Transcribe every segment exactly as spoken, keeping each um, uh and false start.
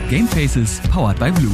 Gamefaces powered by Blue.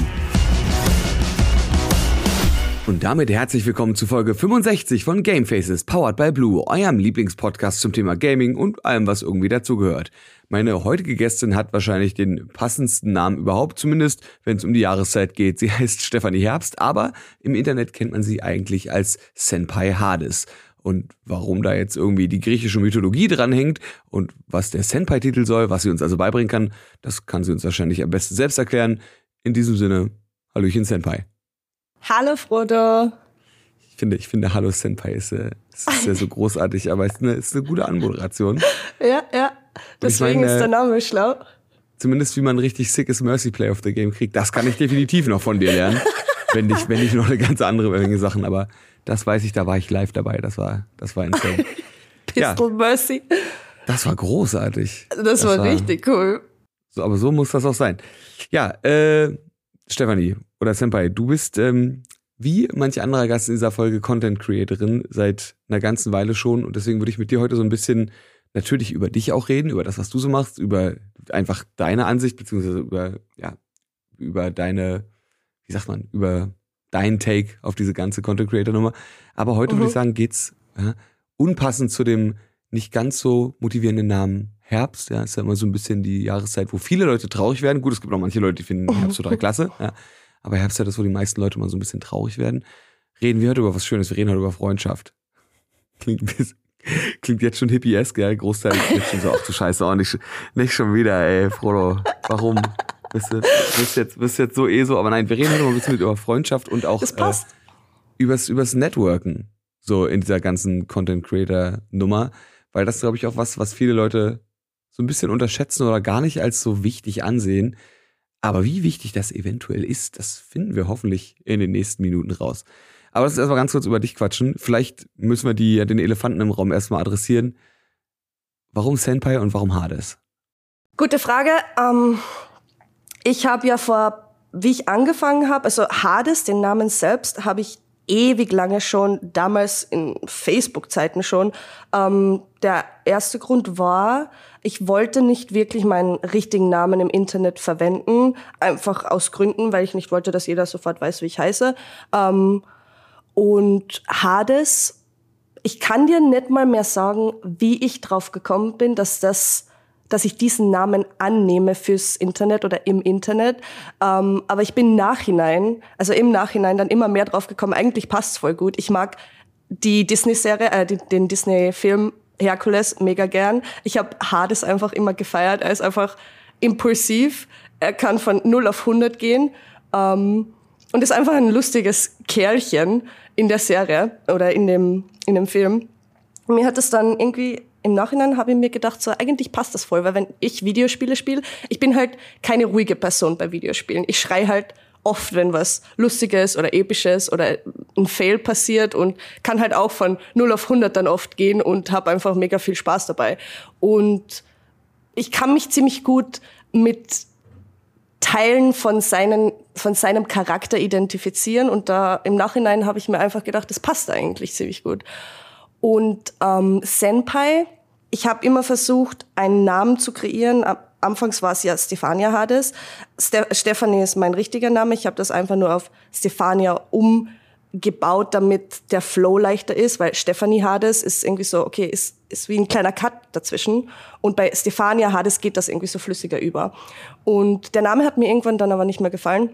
Und damit herzlich willkommen zu Folge fünfundsechzig von Gamefaces powered by Blue, eurem Lieblingspodcast zum Thema Gaming und allem, was irgendwie dazugehört. Meine heutige Gästin hat wahrscheinlich den passendsten Namen überhaupt, zumindest wenn es um die Jahreszeit geht. Sie heißt Stefanie Herbst, aber im Internet kennt man sie eigentlich als Senpai Hades. Und warum da jetzt irgendwie die griechische Mythologie dranhängt und was der Senpai-Titel soll, was sie uns also beibringen kann, das kann sie uns wahrscheinlich am besten selbst erklären. In diesem Sinne, Hallöchen Senpai. Hallo Frodo. Ich finde, ich finde Hallo Senpai ist, äh, ist ja so großartig, aber es ist eine, ist eine gute Anmoderation. Ja, ja. Deswegen meine, ist der Name schlau. Zumindest wie man richtig sickes Mercy Play of the Game kriegt, das kann ich definitiv noch von dir lernen. wenn nicht, wenn nicht noch eine ganz andere Menge Sachen, aber das weiß ich, da war ich live dabei. Das war, das war insane. Pistol ja, Mercy. Das war großartig. Das, das war, war richtig cool. So, aber so muss das auch sein. Ja, äh, Stefanie oder Senpai, du bist ähm, wie manch anderer Gast in dieser Folge Content-Creatorin seit einer ganzen Weile schon und deswegen würde ich mit dir heute so ein bisschen natürlich über dich auch reden, über das, was du so machst, über einfach deine Ansicht, beziehungsweise über, ja, über deine, wie sagt man, über deinen Take auf diese ganze Content-Creator-Nummer. Aber heute mhm. würde ich sagen, geht's ja, unpassend zu dem nicht ganz so motivierenden Namen Herbst, ja, ist ja immer so ein bisschen die Jahreszeit, wo viele Leute traurig werden. Gut, es gibt auch manche Leute, die finden Herbst total klasse, ja. Aber Herbst ist ja das, wo die meisten Leute mal so ein bisschen traurig werden. Reden wir heute über was Schönes, wir reden heute über Freundschaft. Klingt ein bisschen, klingt jetzt schon hippiesk, ja, Großteil ist jetzt schon so, ach du Scheiße, oh, nicht, nicht schon wieder, ey, Frodo, warum? Bist du, bist jetzt, bist jetzt so eh so, aber nein, wir reden heute mal ein bisschen über Freundschaft und auch, das passt. Äh, übers, übers Networken, so in dieser ganzen Content-Creator-Nummer, weil das, glaube ich, auch was, was viele Leute so ein bisschen unterschätzen oder gar nicht als so wichtig ansehen. Aber wie wichtig das eventuell ist, das finden wir hoffentlich in den nächsten Minuten raus. Aber lass uns erstmal ganz kurz über dich quatschen. Vielleicht müssen wir die, den Elefanten im Raum erstmal adressieren. Warum Senpai und warum Hades? Gute Frage. Ähm, ich habe ja vor, wie ich angefangen habe, also Hades, den Namen selbst, habe ich ewig lange schon, damals in Facebook-Zeiten schon. Ähm, der erste Grund war, ich wollte nicht wirklich meinen richtigen Namen im Internet verwenden, einfach aus Gründen, weil ich nicht wollte, dass jeder sofort weiß, wie ich heiße. Ähm, und Hades, ich kann dir nicht mal mehr sagen, wie ich drauf gekommen bin, dass das dass ich diesen Namen annehme fürs Internet oder im Internet. Ähm, aber ich bin im Nachhinein, also im Nachhinein dann immer mehr drauf gekommen, eigentlich passt's voll gut. Ich mag die Disney-Serie, äh, die, den Disney-Film Herkules mega gern. Ich habe Hades einfach immer gefeiert. Er ist einfach impulsiv. Er kann von null auf hundert gehen. Ähm, und ist einfach ein lustiges Kerlchen in der Serie oder in dem, in dem Film. Und mir hat es dann irgendwie im Nachhinein habe ich mir gedacht, so eigentlich passt das voll, weil wenn ich Videospiele spiele, ich bin halt keine ruhige Person bei Videospielen. Ich schreie halt oft, wenn was Lustiges oder Episches oder ein Fail passiert und kann halt auch von null auf hundert dann oft gehen und habe einfach mega viel Spaß dabei. Und ich kann mich ziemlich gut mit Teilen von seinen, von seinem Charakter identifizieren und da im Nachhinein habe ich mir einfach gedacht, das passt eigentlich ziemlich gut. Und ähm, Senpai, ich habe immer versucht, einen Namen zu kreieren. Anfangs war es ja Stefania Hades. Ste- Stefanie ist mein richtiger Name. Ich habe das einfach nur auf Stefania umgebaut, damit der Flow leichter ist, weil Stefanie Hades ist irgendwie so, okay, ist, ist wie ein kleiner Cut dazwischen. Und bei Stefania Hades geht das irgendwie so flüssiger über. Und der Name hat mir irgendwann dann aber nicht mehr gefallen.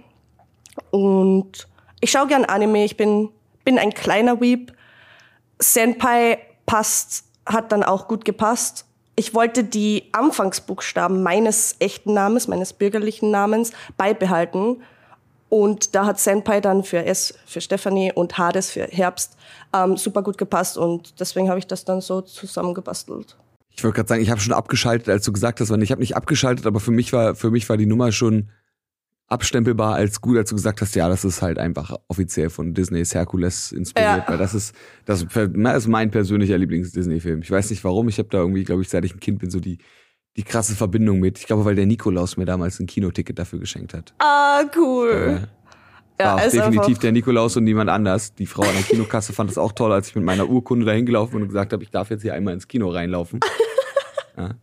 Und ich schaue gern Anime. Ich bin, bin ein kleiner Weeb. Senpai passt, hat dann auch gut gepasst. Ich wollte die Anfangsbuchstaben meines echten Namens, meines bürgerlichen Namens beibehalten. Und da hat Senpai dann für S für Stefanie und Hades für Herbst ähm, super gut gepasst. Und deswegen habe ich das dann so zusammengebastelt. Ich wollte gerade sagen, ich habe schon abgeschaltet, als du gesagt hast, weil ich habe nicht abgeschaltet, aber für mich war für mich war die Nummer schon abstempelbar als gut, als du gesagt hast, ja, das ist halt einfach offiziell von Disneys Herkules inspiriert, ja. Weil das ist, das ist mein persönlicher Lieblings-Disney-Film. Ich weiß nicht warum, ich habe da irgendwie, glaube ich, seit ich ein Kind bin, so die, die krasse Verbindung mit. Ich glaube, weil der Nikolaus mir damals ein Kinoticket dafür geschenkt hat. Ah, cool. Äh, war ja, auch definitiv der Nikolaus und niemand anders. Die Frau an der Kinokasse fand das auch toll, als ich mit meiner Urkunde dahin gelaufen bin und gesagt habe, ich darf jetzt hier einmal ins Kino reinlaufen. Ja.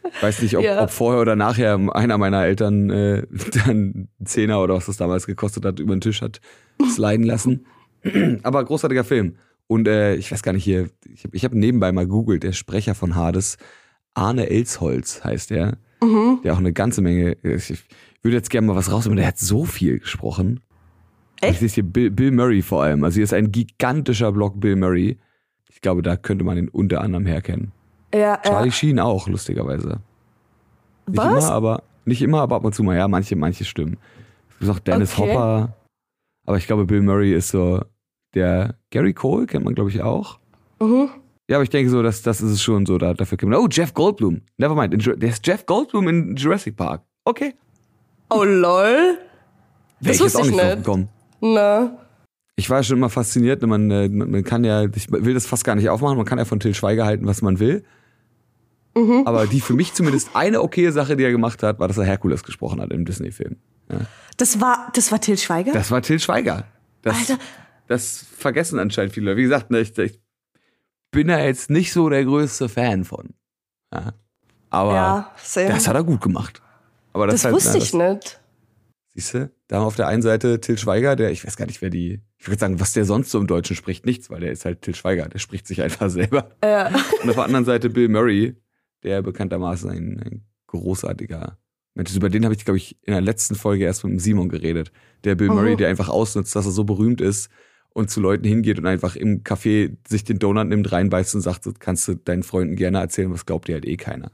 Weiß nicht, ob, Ja. ob vorher oder nachher einer meiner Eltern äh, dann einen Zehner oder was das damals gekostet hat, über den Tisch hat sliden lassen. Aber großartiger Film. Und äh, ich weiß gar nicht hier, ich habe ich hab nebenbei mal googelt, der Sprecher von Hades, Arne Elsholz heißt der, Mhm. der auch eine ganze Menge, ich, ich würde jetzt gerne mal was rausnehmen, der hat so viel gesprochen. Echt? Ich sehe hier Bill, Bill Murray vor allem, also hier ist ein gigantischer Block Bill Murray. Ich glaube, da könnte man ihn unter anderem herkennen. Ja, Charlie ja. Sheen auch, lustigerweise. Nicht Was? immer, aber nicht immer, aber ab und zu mal, ja, manche, manche stimmen. Du sagst auch Dennis Okay. Hopper, aber ich glaube, Bill Murray ist so der Gary Cole, kennt man, glaube ich, auch. Mhm. Ja, aber ich denke so, dass das ist es schon so, da, dafür kennt man. Oh, Jeff Goldblum. Nevermind, in, Ju- der ist Jeff Goldblum in Jurassic Park. Okay. Oh lol. Wäre Das ich jetzt wusste auch ich nicht drauf nicht. gekommen. Na. Ich war schon immer fasziniert, man, äh, man kann ja, ich will das fast gar nicht aufmachen, man kann ja von Till Schweiger halten, was man will. Mhm. Aber die für mich zumindest eine okaye Sache, die er gemacht hat, war, dass er Herkules gesprochen hat im Disney-Film. Ja. Das war, das war Til Schweiger? Das war Till Schweiger. Das, Alter. das vergessen anscheinend viele Leute. Wie gesagt, ne, ich, ich bin da jetzt nicht so der größte Fan von. Ja. Aber Ja, same. das hat er gut gemacht. Aber das, Das halt, wusste na, ich das, nicht. Siehst du, da haben wir auf der einen Seite Till Schweiger, der, ich weiß gar nicht, wer die, ich würde sagen, was der sonst so im Deutschen spricht, nichts, weil der ist halt Till Schweiger, der spricht sich einfach selber. Ja. Und auf der anderen Seite Bill Murray, der bekanntermaßen ein, ein großartiger Mensch ist. Über den habe ich, glaube ich, in der letzten Folge erst mit dem Simon geredet. Der Bill Mhm. Murray, der einfach ausnutzt, dass er so berühmt ist und zu Leuten hingeht und einfach im Café sich den Donut nimmt, reinbeißt und sagt, so, kannst du deinen Freunden gerne erzählen, was glaubt dir halt eh keiner.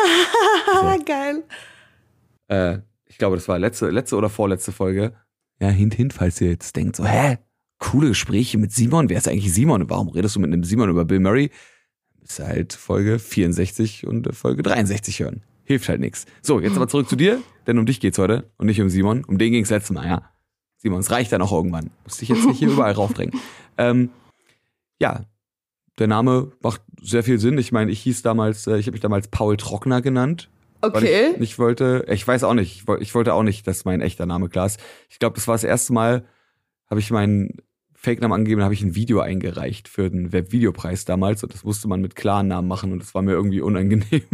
Geil. Äh, ich glaube, das war letzte, letzte oder vorletzte Folge. Ja, hint, hint, falls ihr jetzt denkt, so, hä? Coole Gespräche mit Simon? Wer ist eigentlich Simon? Und warum redest du mit einem Simon über Bill Murray? Müsst ihr halt Folge vierundsechzig und äh, Folge dreiundsechzig hören. Hilft halt nichts. So, jetzt aber zurück zu dir, denn um dich geht's heute und nicht um Simon. Um den ging's letztes Mal, ja. Simon, es reicht dann auch irgendwann. Muss dich jetzt nicht hier überall raufdrängen. Ähm, ja, der Name macht sehr viel Sinn. Ich meine, ich hieß damals, äh, ich habe mich damals Paul Trockner genannt. Weil Okay. ich nicht wollte, ich weiß auch nicht, ich woll- ich wollte auch nicht, dass mein echter Name klar ist. Ich glaube, das war das erste Mal, habe ich meinen Fake-Namen angegeben, habe ich ein Video eingereicht für den Webvideopreis damals und das musste man mit klaren Namen machen und das war mir irgendwie unangenehm.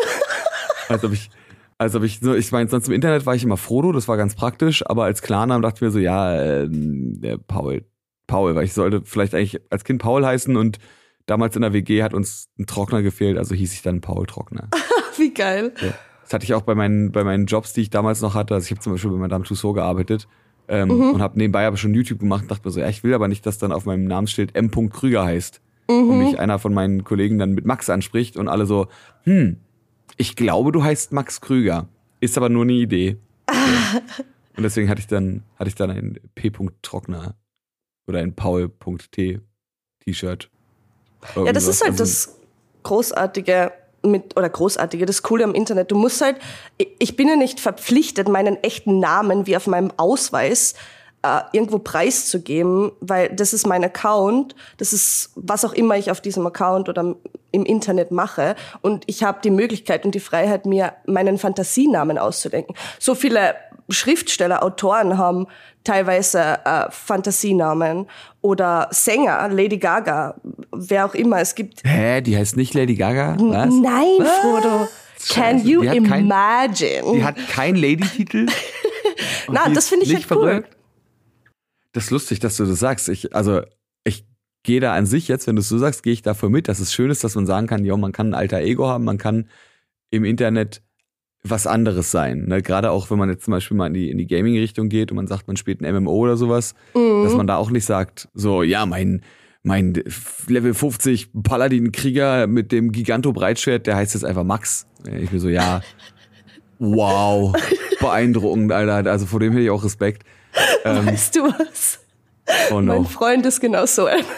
als ob ich, als ob ich, so, ich meine, sonst im Internet war ich immer Frodo, das war ganz praktisch, aber als Klarnamen dachte ich mir so, ja, ähm, der Paul, Paul, weil ich sollte vielleicht eigentlich als Kind Paul heißen und damals in der W G hat uns ein Trockner gefehlt, also hieß ich dann Paul Trockner. Wie geil. Ja. Das hatte ich auch bei meinen, bei meinen Jobs, die ich damals noch hatte. Also ich habe zum Beispiel bei Madame Tussauds gearbeitet ähm, Mhm. und habe nebenbei aber schon YouTube gemacht und dachte mir so, ja, ich will aber nicht, dass dann auf meinem Namensschild M. Krüger heißt. Und mich einer von meinen Kollegen dann mit Max anspricht und alle so, hm, ich glaube, du heißt Max Krüger. Ist aber nur eine Idee. So. Und deswegen hatte ich dann, hatte ich dann ein P. Trockner oder ein Paul.t T-Shirt. Ja, das ist halt Also, das Großartige mit, oder Großartige, das Coole am Internet. Du musst halt, ich- ich bin ja nicht verpflichtet, meinen echten Namen wie auf meinem Ausweis äh, irgendwo preiszugeben, weil das ist mein Account, das ist was auch immer ich auf diesem Account oder im Internet mache und ich habe die Möglichkeit und die Freiheit, mir meinen Fantasienamen auszudenken. So viele Schriftsteller, Autoren haben teilweise äh, Fantasienamen oder Sänger, Lady Gaga, wer auch immer. Es gibt Hä, die heißt nicht Lady Gaga? Was? Nein, Frodo. Can Scheiße, you die hat kein- imagine? Die hat keinen Lady-Titel. Und Na, die das ist finde ich nicht halt cool. verrückt. Das ist lustig, dass du das sagst. Ich, also, ich gehe da an sich jetzt, wenn du es so sagst, gehe ich dafür mit, dass es schön ist, dass man sagen kann, ja, man kann ein alter Ego haben, man kann im Internet was anderes sein. Ne? Gerade auch, wenn man jetzt zum Beispiel mal in die, in die Gaming-Richtung geht und man sagt, man spielt ein M M O oder sowas, Mhm. dass man da auch nicht sagt, so, ja, mein, mein Level fünfzig Paladin-Krieger mit dem Giganto-Breitschwert, der heißt jetzt einfach Max. Ich bin so, ja, wow, beeindruckend, Alter. Also vor dem hätte ich auch Respekt. Ähm, Weißt du was? oh Mein no. Freund ist genau so ein.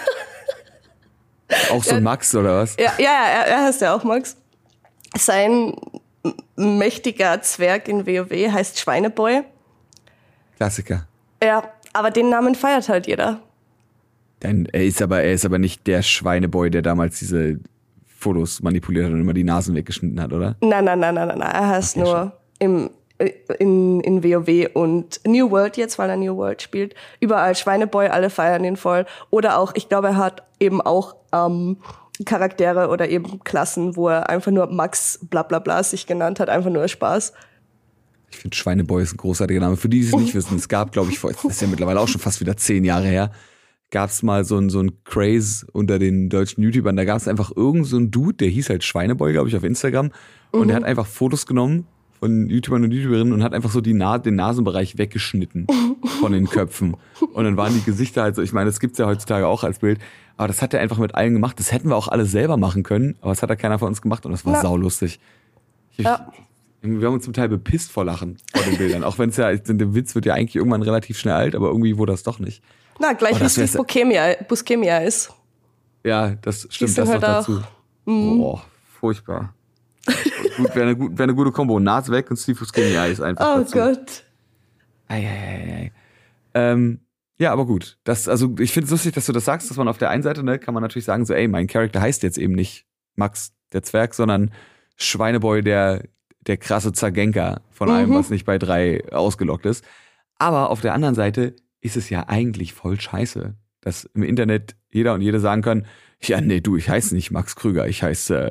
Auch so ein Max oder was? Ja, ja, ja, er, er heißt ja auch Max. Sein m- mächtiger Zwerg in WoW heißt Schweineboy. Klassiker. Ja, aber den Namen feiert halt jeder. Dann, er ist aber, er ist aber nicht der Schweineboy, der damals diese Fotos manipuliert hat und immer die Nasen weggeschnitten hat, oder? Nein, nein, nein, nein, nein, nein. Er heißt Okay, nur im, äh, in, in WoW und New World jetzt, weil er New World spielt. Überall Schweineboy, alle feiern ihn voll. Oder auch, ich glaube, er hat eben auch ähm, Charaktere oder eben Klassen, wo er einfach nur Max bla bla bla sich genannt hat, einfach nur Spaß. Ich finde Schweineboy ist ein großartiger Name. Für die, die es nicht wissen, es gab, glaube ich, vor, das ist ja mittlerweile auch schon fast wieder zehn Jahre her, gab es mal so ein, so ein Craze unter den deutschen YouTubern. Da gab es einfach irgend so einen Dude, der hieß halt Schweineboy, glaube ich, auf Instagram. Und mhm. der hat einfach Fotos genommen von YouTubern und YouTuberinnen und hat einfach so die Na- den Nasenbereich weggeschnitten von den Köpfen. Und dann waren die Gesichter halt so, ich meine, das gibt's ja heutzutage auch als Bild. Aber das hat er einfach mit allen gemacht. Das hätten wir auch alle selber machen können, aber das hat ja keiner von uns gemacht und das war ja. saulustig. Ich, ja. Wir haben uns zum Teil bepisst vor Lachen vor den Bildern. Auch wenn es ja, der Witz wird ja eigentlich irgendwann relativ schnell alt, aber irgendwie wurde das doch nicht. Na, gleich wie es Buskemia, Buskemia ist. Ja, das stimmt, das halt noch dazu. Mm. Boah, furchtbar. Gut, wäre eine, wär eine gute Kombo. Nase weg und Steve Buscemi ist einfach Oh dazu. Gott. Ei, ei, ei, ei. Ähm, ja, aber gut. Das, also ich finde es lustig, dass du das sagst, dass man auf der einen Seite, ne, kann man natürlich sagen, so, ey, mein Charakter heißt jetzt eben nicht Max der Zwerg, sondern Schweineboy, der, der krasse Zagenka von allem, mhm. was nicht bei drei ausgelockt ist. Aber auf der anderen Seite ist es ja eigentlich voll scheiße, dass im Internet jeder und jede sagen kann, ja, nee, du, ich heiße nicht Max Krüger, ich heiße äh,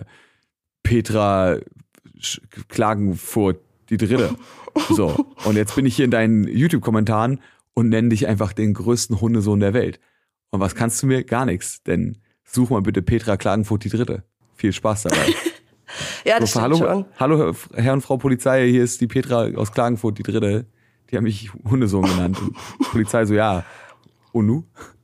Petra Klagenfurt, die Dritte. So, und jetzt bin ich hier in deinen YouTube-Kommentaren und nenne dich einfach den größten Hundesohn der Welt. Und was kannst du mir? Gar nichts, denn such mal bitte Petra Klagenfurt, die Dritte. Viel Spaß dabei. Ja, das so, stimmt hallo, schon. Hallo, Herr und Frau Polizei, hier ist die Petra aus Klagenfurt, die Dritte. Die haben mich Hundesohn genannt. Und die Polizei so, ja, und nu?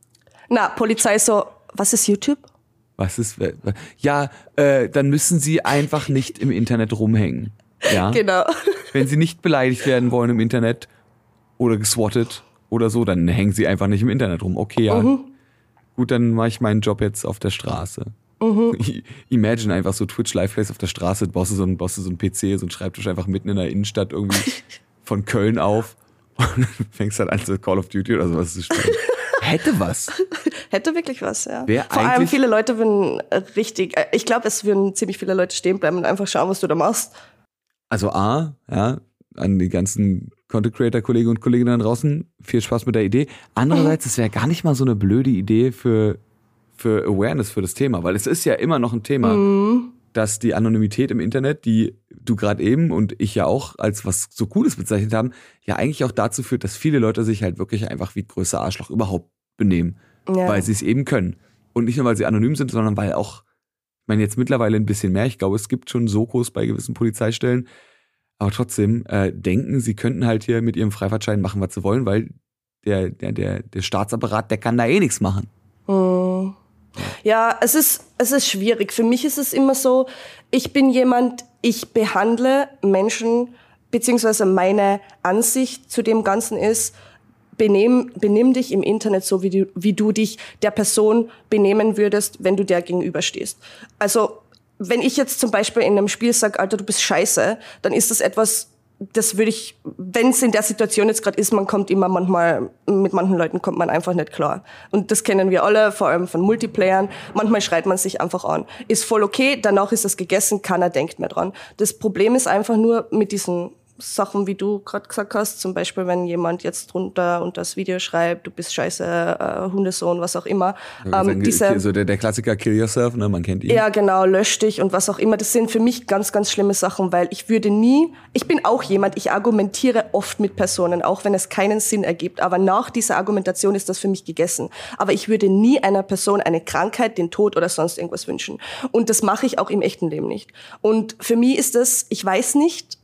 Na, Polizei so, was ist YouTube? Was ist, ja, äh, dann müssen Sie einfach nicht im Internet rumhängen. Ja? Genau. Wenn Sie nicht beleidigt werden wollen im Internet oder geswattet oder so, dann hängen Sie einfach nicht im Internet rum. Okay, ja. Mhm. Gut, dann mache ich meinen Job jetzt auf der Straße. Mhm. Imagine einfach so Twitch Live-Plays auf der Straße, baust du so einen, baust du so einen P C, so einen Schreibtisch einfach mitten in der Innenstadt irgendwie von Köln auf und dann fängst halt an so Call of Duty oder sowas zu spielen. Hätte was. Hätte wirklich was, ja. Wär Vor allem viele Leute würden richtig, ich glaube, es würden ziemlich viele Leute stehen bleiben und einfach schauen, was du da machst. Also A, ja, an die ganzen Content-Creator-Kollegen und Kolleginnen da draußen, viel Spaß mit der Idee. Andererseits, es wäre gar nicht mal so eine blöde Idee für, für Awareness für das Thema, weil es ist ja immer noch ein Thema, mhm. dass die Anonymität im Internet, die du gerade eben und ich ja auch als was so Cooles bezeichnet haben, ja eigentlich auch dazu führt, dass viele Leute sich halt wirklich einfach wie größer Arschloch überhaupt benehmen, ja. weil sie es eben können. Und nicht nur, weil sie anonym sind, sondern weil auch, ich meine jetzt mittlerweile ein bisschen mehr, ich glaube, es gibt schon Sokos bei gewissen Polizeistellen, aber trotzdem äh, denken, sie könnten halt hier mit ihrem Freifahrtschein machen, was sie wollen, weil der, der, der, der Staatsapparat, der kann da eh nichts machen. Mhm. Ja, es ist, es ist schwierig. Für mich ist es immer so, ich bin jemand, ich behandle Menschen, beziehungsweise meine Ansicht zu dem Ganzen ist, benimm, benimm dich im Internet so, wie du, wie du dich der Person benehmen würdest, wenn du der gegenüberstehst. Also, wenn ich jetzt zum Beispiel in einem Spiel sage, Alter, du bist scheiße, dann ist das etwas, das würde ich, wenn es in der Situation jetzt gerade ist, man kommt immer manchmal, mit manchen Leuten kommt man einfach nicht klar. Und das kennen wir alle, vor allem von Multiplayern. Manchmal schreit man sich einfach an. Ist voll okay, danach ist es gegessen, keiner denkt mehr dran. Das Problem ist einfach nur mit diesen Sachen, wie du gerade gesagt hast, zum Beispiel, wenn jemand jetzt drunter und das Video schreibt, du bist scheiße, äh, Hundesohn, was auch immer. Ja, ähm, diese, so der, der Klassiker Kill Yourself, ne, man kennt ihn. Ja, genau, lösch dich und was auch immer. Das sind für mich ganz, ganz schlimme Sachen, weil ich würde nie, ich bin auch jemand, ich argumentiere oft mit Personen, auch wenn es keinen Sinn ergibt, aber nach dieser Argumentation ist das für mich gegessen. Aber ich würde nie einer Person eine Krankheit, den Tod oder sonst irgendwas wünschen. Und das mache ich auch im echten Leben nicht. Und für mich ist das, ich weiß nicht,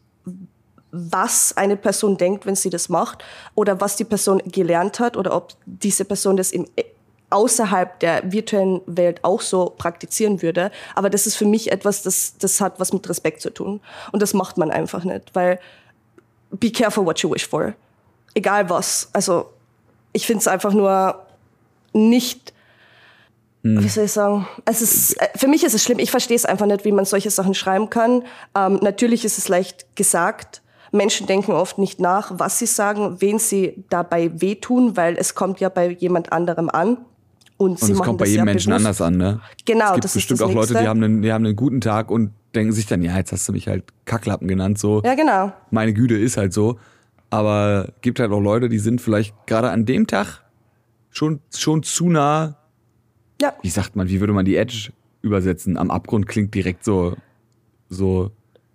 was eine Person denkt, wenn sie das macht oder was die Person gelernt hat oder ob diese Person das im, außerhalb der virtuellen Welt auch so praktizieren würde. Aber das ist für mich etwas, das, das hat was mit Respekt zu tun. Und das macht man einfach nicht, weil be careful what you wish for. Egal was. Also ich finde es einfach nur nicht, hm. wie soll ich sagen, es ist, für mich ist es schlimm. Ich verstehe es einfach nicht, wie man solche Sachen schreiben kann. Ähm, natürlich ist es leicht gesagt. Menschen denken oft nicht nach, was sie sagen, wen sie dabei wehtun, weil es kommt ja bei jemand anderem an. Und, und sie es machen kommt bei das jedem ja Menschen bewusst. anders an, ne? Genau, es gibt das bestimmt ist das auch Leute, Nächste. die haben, einen, die haben einen guten Tag und denken sich dann, ja, jetzt hast du mich halt Kacklappen genannt, so. Ja, genau. Meine Güte ist halt so. Aber gibt halt auch Leute, die sind vielleicht gerade an dem Tag schon, schon zu nah. Ja. Wie sagt man, wie würde man die Edge übersetzen. Am Abgrund klingt direkt so, so,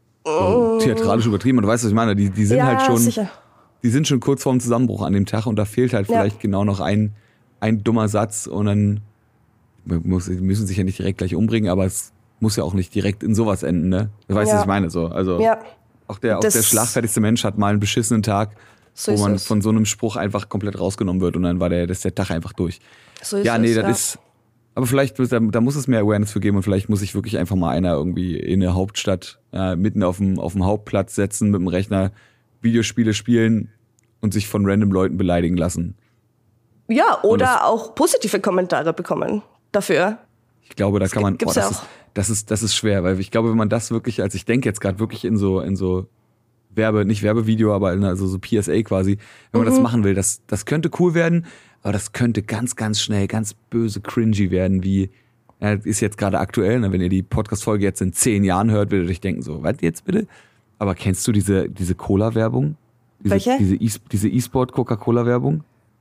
so theatralisch übertrieben. Und du weißt, was ich meine? Die, die sind ja, halt schon, sicher. die sind schon kurz vorm Zusammenbruch an dem Tag und da fehlt halt Ja. vielleicht genau noch ein, ein dummer Satz und dann muss, die müssen sich ja nicht direkt gleich umbringen, aber es muss ja auch nicht direkt in sowas enden, ne? Du weißt, Ja. was ich meine, so. Also, Ja, auch der, auch Das- der schlagfertigste Mensch hat mal einen beschissenen Tag, so wo ist man es. von so einem Spruch einfach komplett rausgenommen wird und dann war der, das ist der Tag einfach durch. So ist Ja, nee, es, das ja. ist, aber vielleicht, da, da muss es mehr Awareness für geben und vielleicht muss sich wirklich einfach mal einer irgendwie in der Hauptstadt äh, mitten auf dem, auf dem Hauptplatz setzen, mit dem Rechner Videospiele spielen und sich von random Leuten beleidigen lassen. Ja, Und oder das- auch positive Kommentare bekommen dafür. Ich glaube, da kann man, gibt's oh, ja das, auch. ist, das ist, das ist schwer, weil ich glaube, wenn man das wirklich, als ich denke jetzt gerade wirklich in so, in so Werbe, nicht Werbevideo, aber in also so P S A quasi, wenn man Mhm. das machen will, das, das könnte cool werden, aber das könnte ganz, ganz schnell, ganz böse cringy werden, wie, ja, ist jetzt gerade aktuell, ne? Wenn ihr die Podcast-Folge jetzt in zehn Jahren hört, werdet ihr euch denken, so, was jetzt bitte? Aber kennst du diese, diese Cola-Werbung? Diese, Welche? Diese E- diese E-Sport-Coca-Cola-Werbung?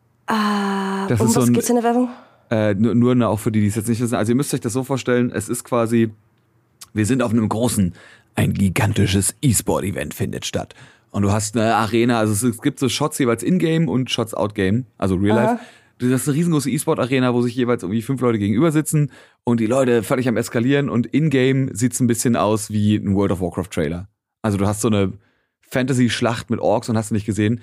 Ah, Das um ist so was ein- geht's in der Werbung? Äh, nur, nur ne, auch für die, die es jetzt nicht wissen. Also ihr müsst euch das so vorstellen, es ist quasi, wir sind auf einem großen, ein gigantisches E-Sport-Event findet statt. Und du hast eine Arena, also es, es gibt so Shots jeweils in-game und Shots out-game, also real life. Aha. Das ist eine riesengroße E-Sport-Arena, wo sich jeweils irgendwie fünf Leute gegenüber sitzen und die Leute völlig am Eskalieren und in-game sieht's ein bisschen aus wie ein World of Warcraft-Trailer. Also du hast so eine Fantasy-Schlacht mit Orks und hast du nicht gesehen.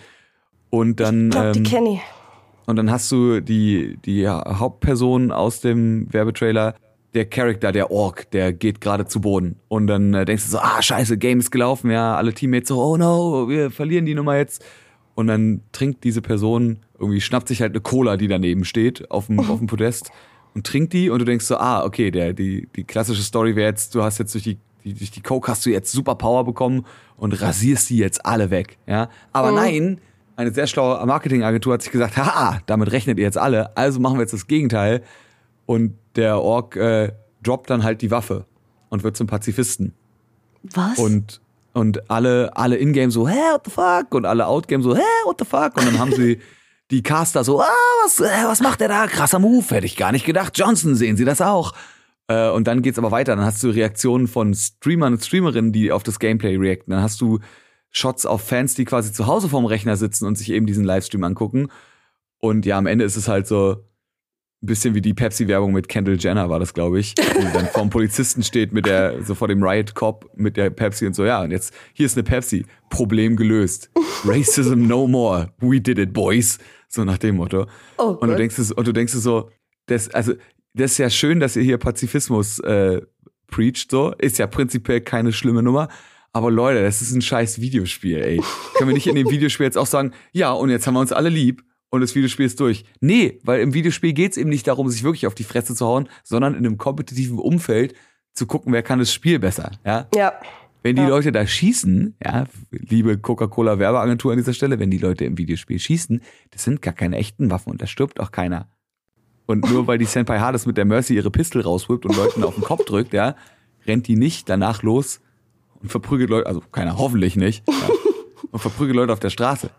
Und dann, Ich glaub, die ähm, kenn ich. und dann hast du die, die Hauptperson aus dem Werbetrailer, der Charakter, der Ork, der geht gerade zu Boden. Und dann äh, denkst du so, ah, scheiße, Game ist gelaufen, ja, alle Teammates so, oh no, wir verlieren die Nummer jetzt. Und dann trinkt diese Person, irgendwie schnappt sich halt eine Cola, die daneben steht, auf dem, auf dem Podest und trinkt die und du denkst so, ah, okay, der, die, die klassische Story wäre jetzt, du hast jetzt durch die, die, durch die Coke hast du jetzt super Power bekommen und rasierst die jetzt alle weg, ja. Aber nein, eine sehr schlaue Marketingagentur hat sich gesagt, haha, damit rechnet ihr jetzt alle, also machen wir jetzt das Gegenteil. Und der Ork äh, droppt dann halt die Waffe und wird zum Pazifisten. Was? Und, und alle, alle in-game so, hä, what the fuck? Und alle out-game so, hä, what the fuck? Und dann haben sie die Caster so, ah, was, äh, was macht der da? Krasser Move, hätte ich gar nicht gedacht. Johnson, sehen Sie das auch? Äh, und dann geht's aber weiter. Dann hast du Reaktionen von Streamern und Streamerinnen, die auf das Gameplay reacten. Dann hast du Shots auf Fans, die quasi zu Hause vorm Rechner sitzen und sich eben diesen Livestream angucken. Und ja, am Ende ist es halt so ein bisschen wie die Pepsi-Werbung mit Kendall Jenner war das, glaube ich. Wo sie dann vorm Polizisten steht mit der, so vor dem Riot Cop mit der Pepsi und so, ja, und jetzt, hier ist eine Pepsi. Problem gelöst. Racism no more. We did it, boys. So nach dem Motto. Oh und du Gott. denkst es, und du denkst es so, das, also, das ist ja schön, dass ihr hier Pazifismus äh, preacht, so. Ist ja prinzipiell keine schlimme Nummer. Aber Leute, das ist ein scheiß Videospiel, ey. Können wir nicht in dem Videospiel jetzt auch sagen, ja, und jetzt haben wir uns alle lieb und das Videospiel ist durch. Nee, weil im Videospiel geht's eben nicht darum, sich wirklich auf die Fresse zu hauen, sondern in einem kompetitiven Umfeld zu gucken, wer kann das Spiel besser, ja. Ja. Wenn die Ja. Leute da schießen, ja, liebe Coca-Cola-Werbeagentur an dieser Stelle, wenn die Leute im Videospiel schießen, das sind gar keine echten Waffen und da stirbt auch keiner. Und nur weil die Senpai Hades mit der Mercy ihre Pistol rauswirft und Leuten auf den Kopf drückt, ja, rennt die nicht danach los und verprügelt Leute, also keiner, hoffentlich nicht, ja, und verprügelt Leute auf der Straße.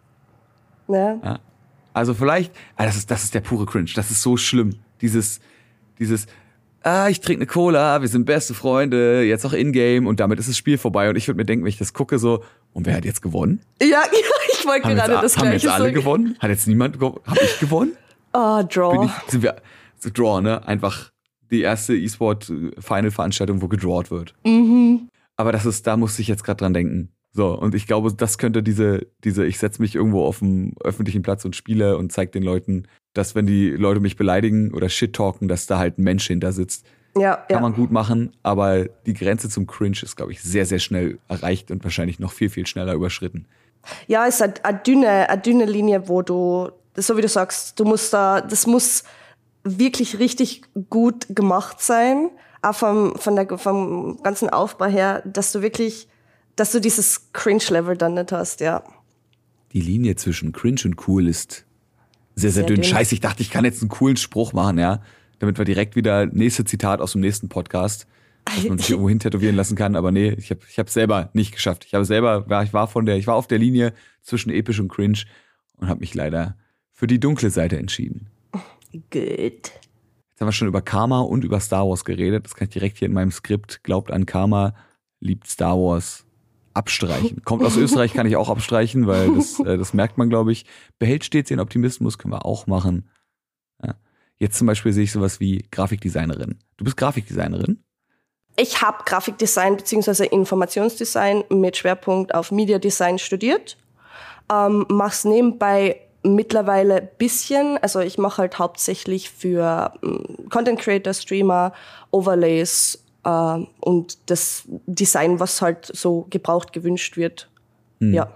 Ja. Ja. Also vielleicht, ah, das ist, das ist der pure Cringe, das ist so schlimm. Dieses, dieses, ah, ich trinke eine Cola, wir sind beste Freunde, jetzt auch in-game und damit ist das Spiel vorbei. Und ich würde mir denken, wenn ich das gucke, so, und wer hat jetzt gewonnen? Ja, ja, ich wollte Haben, gerade jetzt, das haben Gleiche jetzt alle sagen. gewonnen? Hat jetzt niemand gewonnen? Hab ich gewonnen? Oh, Draw. Bin ich, sind wir, so Draw, ne? Einfach die erste E-Sport-Final-Veranstaltung, wo gedrawt wird. Mhm. Aber das ist, da musste ich jetzt gerade dran denken. So, und ich glaube, das könnte diese, diese, ich setze mich irgendwo auf einem öffentlichen Platz und spiele und zeige den Leuten, dass wenn die Leute mich beleidigen oder shit-talken, dass da halt ein Mensch hinter sitzt. Ja, Kann ja. man gut machen, aber die Grenze zum Cringe ist, glaube ich, sehr, sehr schnell erreicht und wahrscheinlich noch viel, viel schneller überschritten. Ja, es ist eine, eine, dünne, eine dünne Linie, wo du, so wie du sagst, du musst da, das muss wirklich richtig gut gemacht sein, auch vom, von der, vom ganzen Aufbau her, dass du wirklich, dass du dieses Cringe-Level dann nicht hast, ja. Die Linie zwischen Cringe und cool ist sehr, sehr, Sehr dünn. dünn. Scheiße, ich dachte, ich kann jetzt einen coolen Spruch machen, ja, damit wir direkt wieder nächste Zitat aus dem nächsten Podcast, dass man sich irgendwo hin tätowieren lassen kann, aber nee, ich habe ich habe selber nicht geschafft. Ich habe selber, war- ich war von der, ich war auf der Linie zwischen episch und cringe und habe mich leider für die dunkle Seite entschieden. Good. Jetzt haben wir schon über Karma und über Star Wars geredet. Das kann ich direkt hier in meinem Skript, glaubt an Karma, liebt Star Wars, abstreichen. Kommt aus Österreich, kann ich auch abstreichen, weil das, äh, das merkt man, glaube ich. Behält stets den Optimismus, können wir auch machen. Ja. Jetzt zum Beispiel sehe ich sowas wie Grafikdesignerin. Du bist Grafikdesignerin? Ich habe Grafikdesign bzw. Informationsdesign mit Schwerpunkt auf Media Design studiert. Ähm, mach's nebenbei mittlerweile ein bisschen. Also ich mache halt hauptsächlich für ähm, Content Creator, Streamer, Overlays äh, und das Design, was halt so gebraucht, gewünscht wird. Hm. Ja.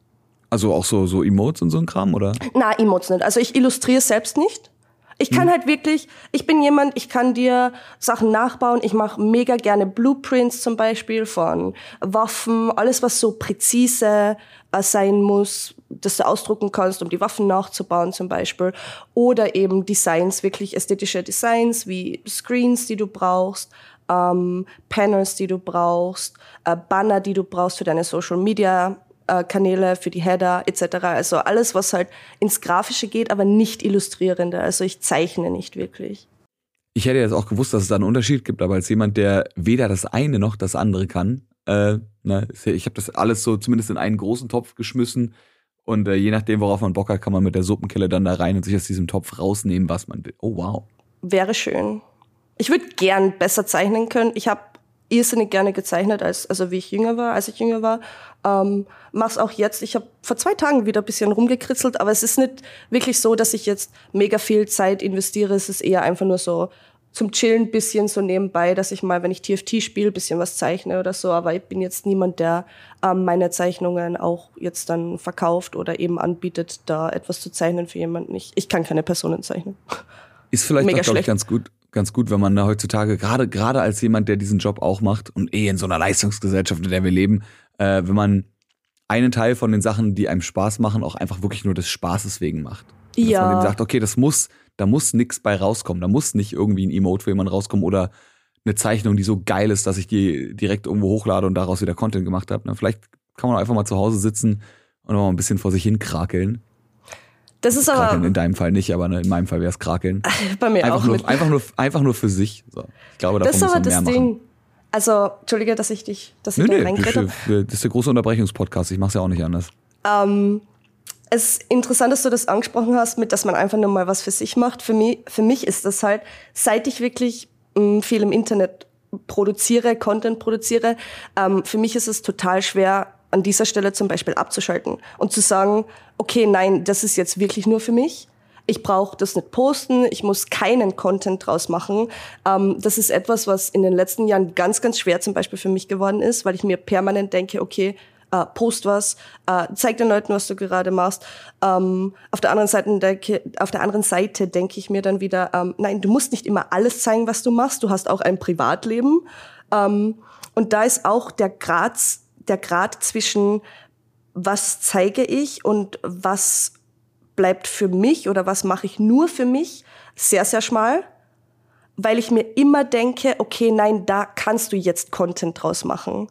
Also auch so, so Emotes und so ein Kram, oder? Na, Emotes nicht. Also ich illustriere selbst nicht. Ich kann hm. halt wirklich, ich bin jemand, ich kann dir Sachen nachbauen. Ich mache mega gerne Blueprints zum Beispiel von Waffen, alles was so präzise äh, sein muss, dass du ausdrucken kannst, um die Waffen nachzubauen zum Beispiel. Oder eben Designs, wirklich ästhetische Designs wie Screens, die du brauchst, ähm, Panels, die du brauchst, äh, Banner, die du brauchst für deine Social Media Kanäle, für die Header et cetera. Also alles, was halt ins Grafische geht, aber nicht illustrierende. Also ich zeichne nicht wirklich. Ich hätte jetzt auch gewusst, dass es da einen Unterschied gibt, aber als jemand, der weder das eine noch das andere kann, äh, ne, ich habe das alles so zumindest in einen großen Topf geschmissen und äh, je nachdem, worauf man Bock hat, kann man mit der Suppenkelle dann da rein und sich aus diesem Topf rausnehmen, was man will. Oh wow. Wäre schön. Ich würde gern besser zeichnen können. Ich habe irrsinnig gerne gezeichnet, als also wie ich jünger war, als ich jünger war. Ähm, mach's auch jetzt. Ich habe vor zwei Tagen wieder ein bisschen rumgekritzelt, aber es ist nicht wirklich so, dass ich jetzt mega viel Zeit investiere. Es ist eher einfach nur so zum Chillen ein bisschen so nebenbei, dass ich mal, wenn ich T F T spiele, ein bisschen was zeichne oder so. Aber ich bin jetzt niemand, der ähm, meine Zeichnungen auch jetzt dann verkauft oder eben anbietet, da etwas zu zeichnen für jemanden. Ich, ich kann keine Personen zeichnen. Ist vielleicht auch, glaube ich, ganz gut. Ganz gut, wenn man da heutzutage, gerade gerade als jemand, der diesen Job auch macht und eh in so einer Leistungsgesellschaft, in der wir leben, äh, wenn man einen Teil von den Sachen, die einem Spaß machen, auch einfach wirklich nur des Spaßes wegen macht. Dass ja. man eben sagt, okay, das muss, da muss nix bei rauskommen, da muss nicht irgendwie ein Emote für jemanden rauskommen oder eine Zeichnung, die so geil ist, dass ich die direkt irgendwo hochlade und daraus wieder Content gemacht habe. Vielleicht kann man einfach mal zu Hause sitzen und mal ein bisschen vor sich hin krakeln. Das ist aber Krakeln in deinem Fall nicht, aber in meinem Fall wäre es Krakeln. Bei mir einfach auch nur, mit. Einfach nur, einfach nur für sich. So. Ich glaube, davon das ist aber muss man mehr das Ding. machen. Also, Entschuldige, dass ich dich, dass ich nee, da nee, reingerede. Das ist der große Unterbrechungspodcast. Ich mache es ja auch nicht anders. Ähm, es ist interessant, dass du das angesprochen hast, mit, dass man einfach nur mal was für sich macht. Für mich, für mich ist das halt, seit ich wirklich mh, viel im Internet produziere, Content produziere, ähm, für mich ist es total schwer, an dieser Stelle zum Beispiel abzuschalten und zu sagen, okay, nein, das ist jetzt wirklich nur für mich. Ich brauche das nicht posten, ich muss keinen Content draus machen. Ähm, das ist etwas, was in den letzten Jahren ganz, ganz schwer zum Beispiel für mich geworden ist, weil ich mir permanent denke, okay, äh, post was, äh, zeig den Leuten, was du gerade machst. Ähm, auf der anderen Seite denke, auf der anderen Seite denke ich mir dann wieder, ähm, nein, du musst nicht immer alles zeigen, was du machst. Du hast auch ein Privatleben. Ähm, und da ist auch der Grad, der Grad zwischen was zeige ich und was bleibt für mich oder was mache ich nur für mich, sehr, sehr schmal, weil ich mir immer denke, okay, nein, da kannst du jetzt Content draus machen.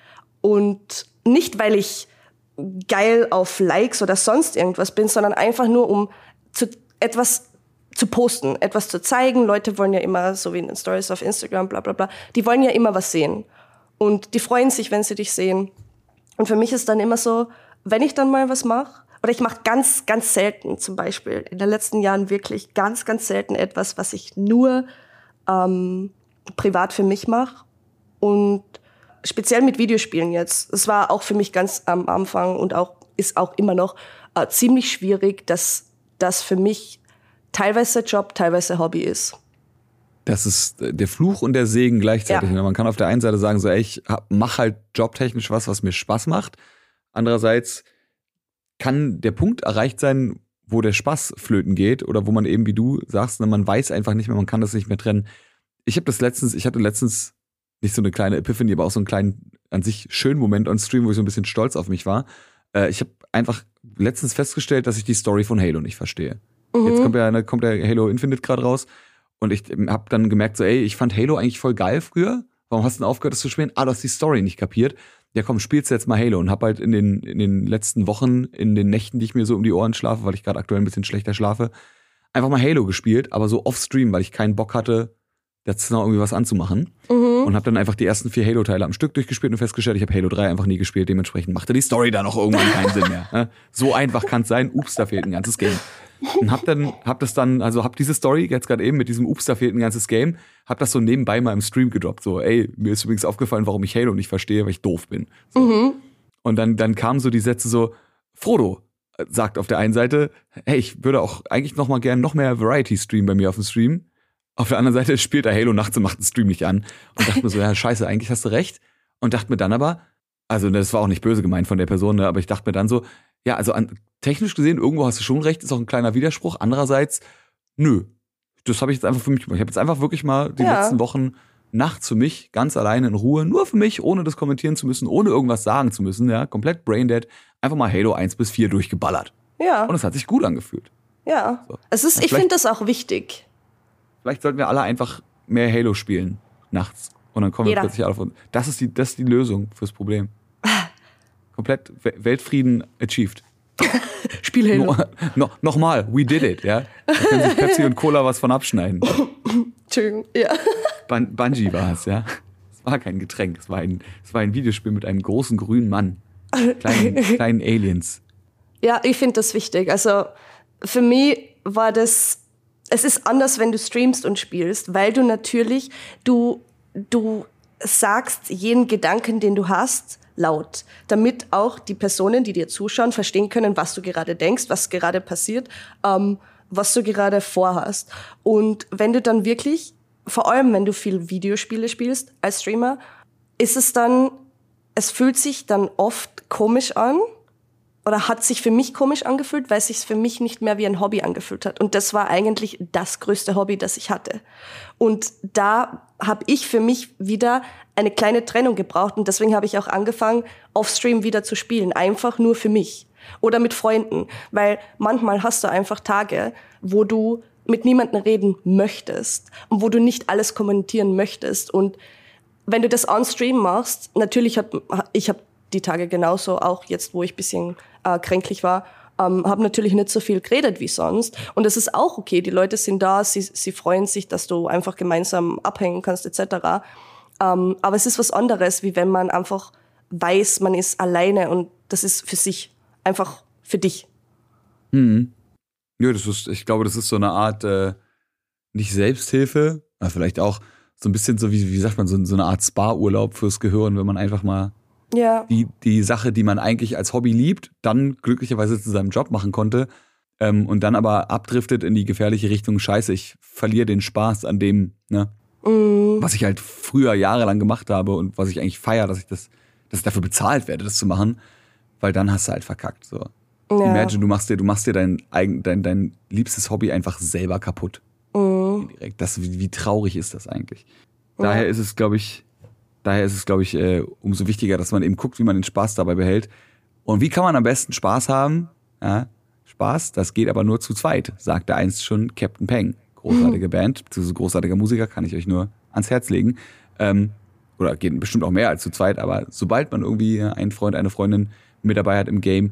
Und nicht, weil ich geil auf Likes oder sonst irgendwas bin, sondern einfach nur, um zu, etwas zu posten, etwas zu zeigen. Leute wollen ja immer, so wie in den Stories auf Instagram, bla bla bla, die wollen ja immer was sehen. Und die freuen sich, wenn sie dich sehen. Und für mich ist dann immer so, wenn ich dann mal was mache, oder ich mache ganz, ganz selten zum Beispiel, in den letzten Jahren wirklich ganz, ganz selten etwas, was ich nur ähm, privat für mich mache. Und speziell mit Videospielen jetzt. Es war auch für mich ganz am Anfang und auch ist auch immer noch äh, ziemlich schwierig, dass das für mich teilweise Job, teilweise Hobby ist. Das ist der Fluch und der Segen gleichzeitig. Ja. Man kann auf der einen Seite sagen, so, ey, ich mach halt jobtechnisch was, was mir Spaß macht. Andererseits kann der Punkt erreicht sein, wo der Spaß flöten geht oder wo man eben, wie du sagst, man weiß einfach nicht mehr, man kann das nicht mehr trennen. Ich habe das letztens, ich hatte letztens nicht so eine kleine Epiphany, aber auch so einen kleinen, an sich schönen Moment on Stream, wo ich so ein bisschen stolz auf mich war. Äh, ich habe einfach letztens festgestellt, dass ich die Story von Halo nicht verstehe. Mhm. Jetzt kommt ja kommt der Halo Infinite gerade raus und ich habe dann gemerkt, so ey, ich fand Halo eigentlich voll geil früher. Warum hast du denn aufgehört, das zu spielen? Ah, du hast die Story nicht kapiert. Ja komm, spielst jetzt mal Halo und hab halt in den in den letzten Wochen, in den Nächten, die ich mir so um die Ohren schlafe, weil ich gerade aktuell ein bisschen schlechter schlafe, einfach mal Halo gespielt, aber so off-Stream, weil ich keinen Bock hatte, jetzt noch irgendwie was anzumachen. Mhm. Und habe dann einfach die ersten vier Halo-Teile am Stück durchgespielt und festgestellt, ich habe Halo drei einfach nie gespielt, dementsprechend machte die Story dann auch irgendwann keinen Sinn mehr. Ne? So einfach kann es sein, ups, da fehlt ein ganzes Game. Und hab dann, hab das dann, also hab diese Story jetzt gerade eben mit diesem ups, da fehlt ein ganzes Game, hab das so nebenbei mal im Stream gedroppt. So, ey, mir ist übrigens aufgefallen, warum ich Halo nicht verstehe, weil ich doof bin. So. Mhm. Und dann, dann kamen so die Sätze so, Frodo sagt auf der einen Seite, hey, ich würde auch eigentlich noch mal gerne noch mehr Variety streamen bei mir auf dem Stream. Auf der anderen Seite spielt er Halo nachts und macht den Stream nicht an. Und dachte mir so, ja, scheiße, eigentlich hast du recht. Und dachte mir dann aber, also das war auch nicht böse gemeint von der Person, ne, aber ich dachte mir dann so, ja, also an, technisch gesehen, irgendwo hast du schon recht, ist auch ein kleiner Widerspruch. Andererseits, nö, das habe ich jetzt einfach für mich gemacht. Ich habe jetzt einfach wirklich mal die Ja. letzten Wochen nachts für mich, ganz alleine in Ruhe, nur für mich, ohne das kommentieren zu müssen, ohne irgendwas sagen zu müssen, ja, komplett braindead, einfach mal Halo eins bis vier durchgeballert. Ja, Und es hat sich gut angefühlt. ja. So. Es ist, Ja, ich vielleicht- finde das auch wichtig. Vielleicht sollten wir alle einfach mehr Halo spielen, nachts. Und dann kommen Jeder. wir plötzlich alle von. Das ist die, das ist die Lösung fürs Problem. Komplett We- Weltfrieden achieved. Spiel Halo. No, no, Nochmal, we did it, ja. Da können sich Pepsi und Cola was von abschneiden. Entschuldigung, ja. Bun- Bungie war es, ja. Es war kein Getränk, es war ein, es war ein Videospiel mit einem großen grünen Mann. Kleinen, kleinen Aliens. Ja, ich finde das wichtig. Also für mich war das, es ist anders, wenn du streamst und spielst, weil du natürlich, du, du sagst jeden Gedanken, den du hast, laut, damit auch die Personen, die dir zuschauen, verstehen können, was du gerade denkst, was gerade passiert, ähm, was du gerade vorhast. Und wenn du dann wirklich, vor allem wenn du viel Videospiele spielst als Streamer, ist es dann, es fühlt sich dann oft komisch an, oder hat sich für mich komisch angefühlt, weil es sich für mich nicht mehr wie ein Hobby angefühlt hat. Und das war eigentlich das größte Hobby, das ich hatte. Und da habe ich für mich wieder eine kleine Trennung gebraucht. Und deswegen habe ich auch angefangen, auf Stream wieder zu spielen. Einfach nur für mich. Oder mit Freunden. Weil manchmal hast du einfach Tage, wo du mit niemandem reden möchtest. Und wo du nicht alles kommentieren möchtest. Und wenn du das on Stream machst, natürlich hat, ich habe die Tage genauso, auch jetzt, wo ich ein bisschen äh, kränklich war, ähm, habe natürlich nicht so viel geredet wie sonst. Und das ist auch okay, die Leute sind da, sie, sie freuen sich, dass du einfach gemeinsam abhängen kannst et cetera. Ähm, aber es ist was anderes, wie wenn man einfach weiß, man ist alleine und das ist für sich, einfach für dich. Mhm. Ja, das ist, ich glaube, das ist so eine Art, äh, nicht Selbsthilfe, aber vielleicht auch so ein bisschen so, wie, wie sagt man, so, so eine Art Spa-Urlaub fürs Gehirn, wenn man einfach mal Ja, die, die Sache, die man eigentlich als Hobby liebt, dann glücklicherweise zu seinem Job machen konnte ähm, und dann aber abdriftet in die gefährliche Richtung, scheiße, ich verliere den Spaß an dem, ne, mm, was ich halt früher jahrelang gemacht habe und was ich eigentlich feiere, dass ich das, dass ich dafür bezahlt werde, das zu machen, weil dann hast du halt verkackt, so. ja. Imagine, du machst dir, du machst dir dein, eigen, dein, dein liebstes Hobby einfach selber kaputt. Mm, Direkt. Das, wie, wie traurig ist das eigentlich? Daher ist es, glaube ich, daher ist es, glaube ich, äh, umso wichtiger, dass man eben guckt, wie man den Spaß dabei behält. Und wie kann man am besten Spaß haben? Ja, Spaß, das geht aber nur zu zweit, sagte einst schon Captain Peng. Großartige Band, beziehungsweise großartiger Musiker, kann ich euch nur ans Herz legen. Ähm, oder geht bestimmt auch mehr als zu zweit, aber sobald man irgendwie einen Freund, eine Freundin mit dabei hat im Game,